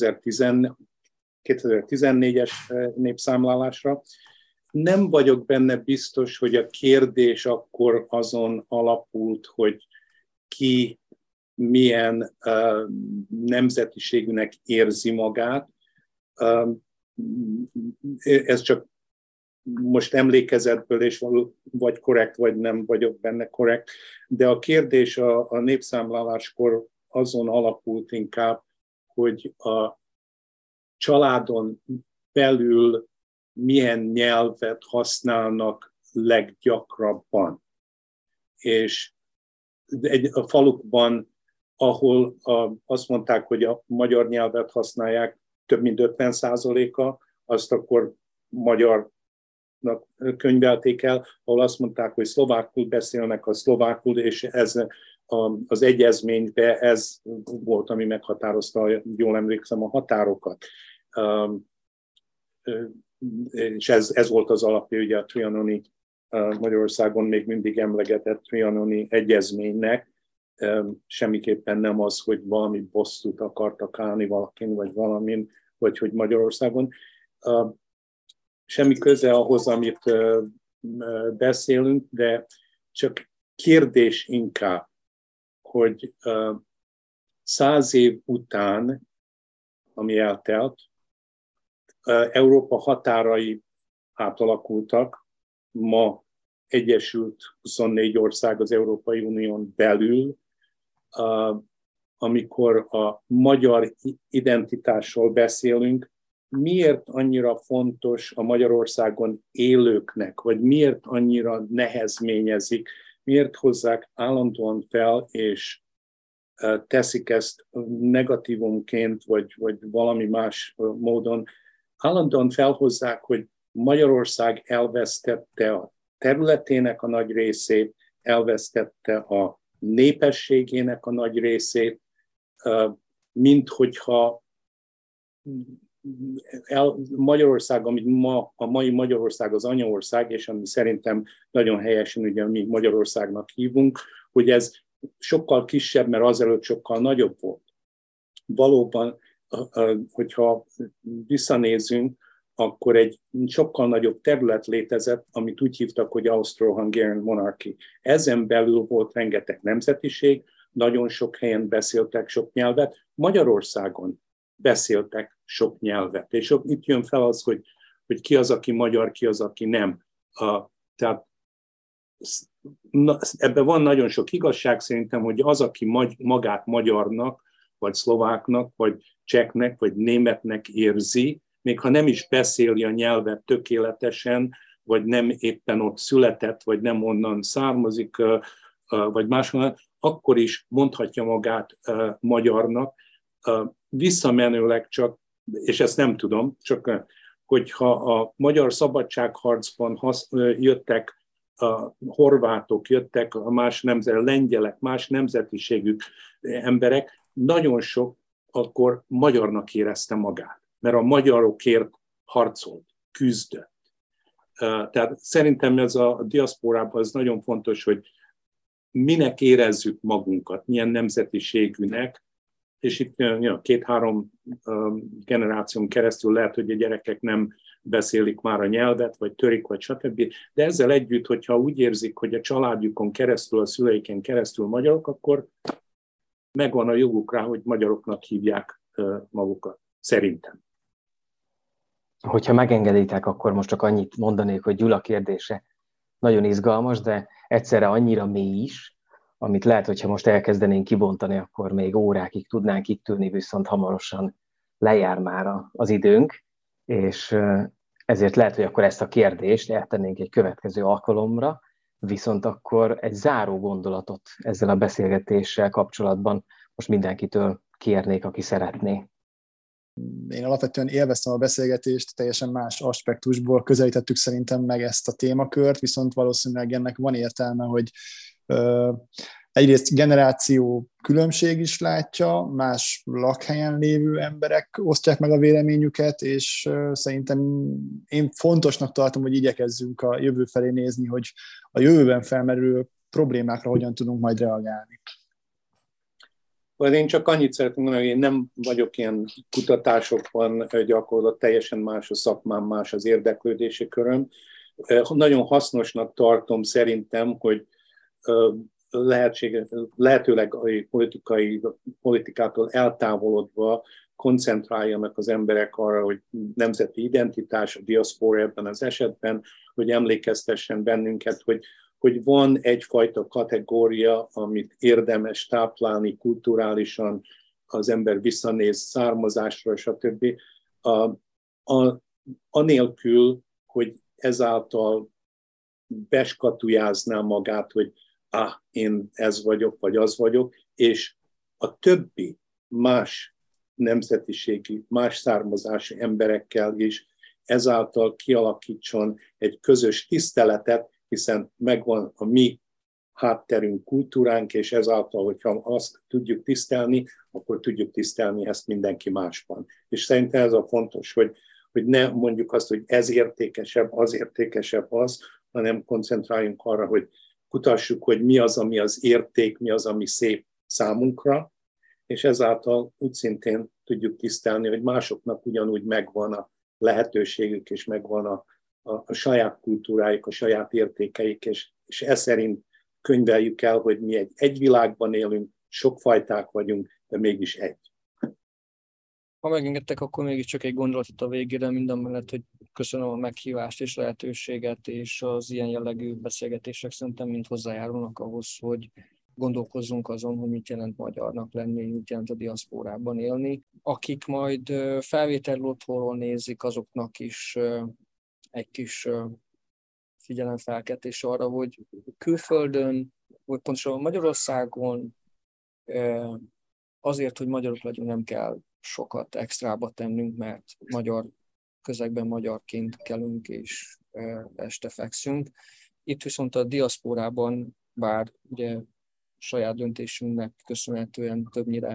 2014-es népszámlálásra, nem vagyok benne biztos, hogy a kérdés akkor azon alapult, hogy ki milyen nemzetiségűnek érzi magát. Ez csak most emlékezetből, és vagy korrekt, vagy nem vagyok benne korrekt, de a kérdés a népszámláláskor azon alapult inkább, hogy a családon belül milyen nyelvet használnak leggyakrabban. És a falukban, ahol azt mondták, hogy a magyar nyelvet használják, több mint 50%-a, azt akkor magyarnak könyvelték el, ahol azt mondták, hogy szlovákul beszélnek, a szlovákul, és ez az egyezményben ez volt, ami meghatározta, jól emlékszem, a határokat. És ez volt az alapja ugye a trianoni, Magyarországon még mindig emlegetett trianoni egyezménynek. Semmiképpen nem az, hogy valami bosszút akartak állni valakin, vagy valamin, vagy hogy Magyarországon. Semmi köze ahhoz, amit beszélünk, de csak kérdés inkább, hogy 100 év után, ami eltelt, Európa határai átalakultak, ma egyesült 24 ország az Európai Unión belül, amikor a magyar identitásról beszélünk, miért annyira fontos a Magyarországon élőknek, vagy miért annyira nehezményezik, miért hozzák állandóan fel, és teszik ezt negatívumként, vagy valami más módon, állandóan felhozzák, hogy Magyarország elvesztette a területének a nagy részét, elvesztette a népességének a nagy részét, mint hogyha Magyarország, amit a mai Magyarország az anyaország, és ami szerintem nagyon helyesen ugye mi Magyarországnak hívunk, hogy ez sokkal kisebb, mert azelőtt sokkal nagyobb volt. Valóban, hogyha visszanézünk, akkor egy sokkal nagyobb terület létezett, amit úgy hívtak, hogy Austro-Hungarian Monarchy. Ezen belül volt rengeteg nemzetiség, nagyon sok helyen beszéltek sok nyelvet, Magyarországon beszéltek sok nyelvet. És itt jön fel az, hogy ki az, aki magyar, ki az, aki nem. Tehát ebben van nagyon sok igazság szerintem, hogy az, aki magát magyarnak, vagy szlováknak, vagy csehnek, vagy németnek érzi, még ha nem is beszéli a nyelvet tökéletesen, vagy nem éppen ott született, vagy nem onnan származik, vagy máshol, akkor is mondhatja magát magyarnak. Visszamenőleg csak, és ezt nem tudom, csak hogyha a magyar szabadságharcban jöttek a horvátok jöttek, a más lengyelek, más nemzetiségű emberek, nagyon sok akkor magyarnak érezte magát, mert a magyarokért harcolt, küzdött. Tehát szerintem ez a diaszporában az nagyon fontos, hogy minek érezzük magunkat, milyen nemzetiségűnek, és itt 2-3 generáción keresztül lehet, hogy a gyerekek nem beszélik már a nyelvet, vagy törik, vagy stb. De ezzel együtt, hogyha úgy érzik, hogy a családjukon keresztül, a szüleiken keresztül magyarok, akkor megvan a joguk rá, hogy magyaroknak hívják magukat. Szerintem. Hogyha megengeditek, akkor most csak annyit mondanék, hogy Gyula kérdése nagyon izgalmas, de egyszerre annyira mély is, amit lehet, hogyha most elkezdenénk kibontani, akkor még órákig tudnánk itt ülni, viszont hamarosan lejár már az időnk, és ezért lehet, hogy akkor ezt a kérdést eltennénk egy következő alkalomra, viszont akkor egy záró gondolatot ezzel a beszélgetéssel kapcsolatban most mindenkitől kérnék, aki szeretné. Én alapvetően élveztem a beszélgetést, teljesen más aspektusból közelítettük szerintem meg ezt a témakört, viszont valószínűleg ennek van értelme, hogy egyrészt generáció különbség is látja, más lakhelyen lévő emberek osztják meg a véleményüket, és szerintem én fontosnak tartom, hogy igyekezzünk a jövő felé nézni, hogy a jövőben felmerülő problémákra hogyan tudunk majd reagálni. Én csak annyit szeretném mondani, hogy én nem vagyok ilyen kutatásokban gyakorlatilag, teljesen más a szakmám, más az érdeklődési köröm. Nagyon hasznosnak tartom szerintem, hogy lehetőleg politikától eltávolodva koncentráljanak az emberek arra, hogy nemzeti identitás, a diaszpora ebben az esetben, hogy emlékeztessen bennünket, hogy van egyfajta kategória, amit érdemes táplálni kulturálisan, az ember visszanéz származásra, stb. Anélkül, hogy ezáltal beskatujázná magát, hogy én ez vagyok, vagy az vagyok, és a többi más nemzetiségi, más származású emberekkel is ezáltal kialakítson egy közös tiszteletet, hiszen megvan a mi hátterünk, kultúránk, és ezáltal, hogyha azt tudjuk tisztelni, akkor tudjuk tisztelni ezt mindenki másban. És szerintem ez a fontos, hogy ne mondjuk azt, hogy ez értékesebb, az, hanem koncentráljunk arra, hogy kutassuk, hogy mi az, ami az érték, mi az, ami szép számunkra, és ezáltal úgy szintén tudjuk tisztelni, hogy másoknak ugyanúgy megvan a lehetőségük, és megvan a saját kultúrájuk, a saját értékeik, és ez szerint könyveljük el, hogy mi egy világban élünk, sokfajták vagyunk, de mégis egy. Ha megengedtek, akkor mégiscsak egy gondolatot a végére, mindamellett, hogy köszönöm a meghívást és lehetőséget, és az ilyen jellegű beszélgetések szerintem mind hozzájárulnak ahhoz, hogy gondolkozzunk azon, hogy mit jelent magyarnak lenni, mit jelent a diaszpórában élni. Akik majd felvételről otthonról nézik, azoknak is egy kis figyelemfelkeltés arra, hogy külföldön, vagy pontosabban Magyarországon azért, hogy magyarok legyünk, nem kell sokat extrába tennünk, mert magyar közegben magyarként kelünk és este fekszünk. Itt viszont a diaszpórában, bár ugye saját döntésünknek köszönhetően többnyire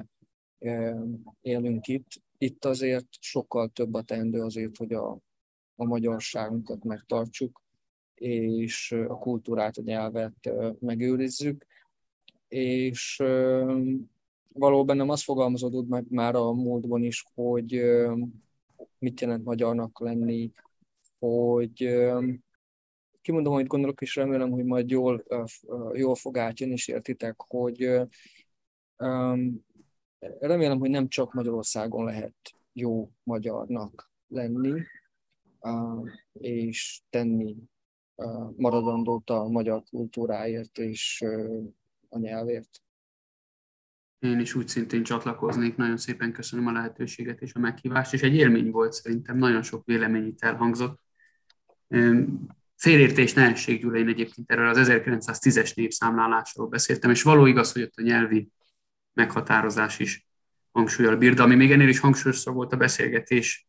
élünk itt azért sokkal több a teendő azért, hogy a magyarságunkat megtartsuk, és a kultúrát, a nyelvet megőrizzük. És valóban bennem azt fogalmazódott meg már a múltban is, hogy mit jelent magyarnak lenni, hogy kimondom, hogy gondolok, és remélem, hogy majd jól fog átjönni, és értitek, hogy remélem, hogy nem csak Magyarországon lehet jó magyarnak lenni, és tenni maradandót a magyar kultúráért és a nyelvért. Én is úgy szintén csatlakoznék, nagyon szépen köszönöm a lehetőséget és a meghívást, és egy élmény volt szerintem, nagyon sok vélemény itt elhangzott. Félértés ne essék, Gyula, én egyébként erről az 1910-es névszámlálásról beszéltem, és való igaz, hogy ott a nyelvi meghatározás is hangsúllyal bír, de ami még ennél is hangsúlyosabb volt a beszélgetés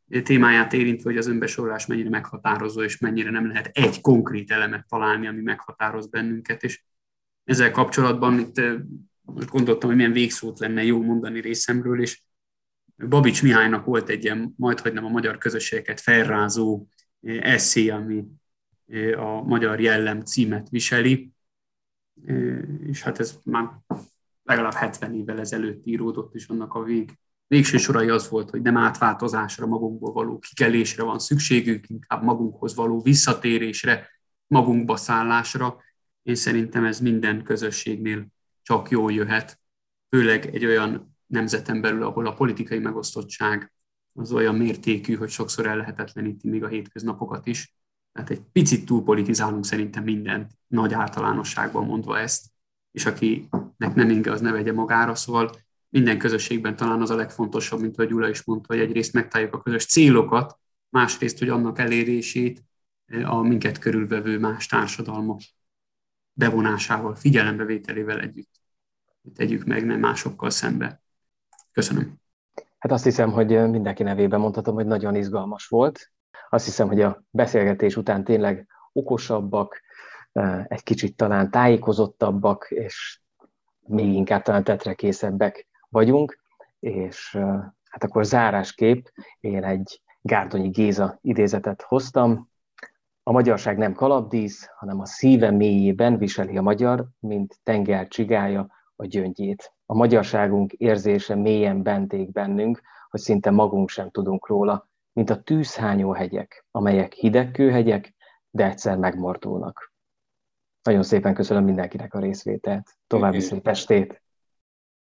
témáját érintve, hogy az önbesorolás mennyire meghatározó, és mennyire nem lehet egy konkrét elemet találni, ami meghatároz bennünket. És ezzel kapcsolatban itt most gondoltam, hogy milyen végszót lenne jó mondani részemről, és Babics Mihálynak volt egy ilyen majdhogy a magyar közösségeket felrázó esszé, ami a Magyar Jellem címet viseli, és hát ez már legalább 70 évvel ezelőtt íródott, és annak a végső sorai az volt, hogy nem átváltozásra, magunkból való kikelésre van szükségünk, inkább magunkhoz való visszatérésre, magunkba szállásra. Én szerintem ez minden közösségnél csak jól jöhet, főleg egy olyan nemzeten belül, ahol a politikai megosztottság az olyan mértékű, hogy sokszor ellehetetleníti még a hétköznapokat is. Tehát egy picit túlpolitizálunk szerintem mindent, nagy általánosságban mondva ezt, és akinek nem inge, az ne vegye magára, szóval minden közösségben talán az a legfontosabb, mint ahogy Gyula is mondta, hogy egyrészt megtaláljuk a közös célokat, másrészt, hogy annak elérését a minket körülvevő más társadalmak bevonásával, figyelembevételével együtt tegyük meg, nem másokkal szembe. Köszönöm. Hát azt hiszem, hogy mindenki nevében mondhatom, hogy nagyon izgalmas volt. Azt hiszem, hogy a beszélgetés után tényleg okosabbak, egy kicsit talán tájékozottabbak, és még inkább talán tetrekészebbek vagyunk, és hát akkor zárásképp én egy Gárdonyi Géza idézetet hoztam. A magyarság nem kalapdísz, hanem a szíve mélyében viseli a magyar, mint tenger csigája a gyöngyét. A magyarságunk érzése mélyen bent ég bennünk, hogy szinte magunk sem tudunk róla, mint a tűzhányó hegyek, amelyek hideg kőhegyek, de egyszer megmordulnak. Nagyon szépen köszönöm mindenkinek a részvételt. További szép estét!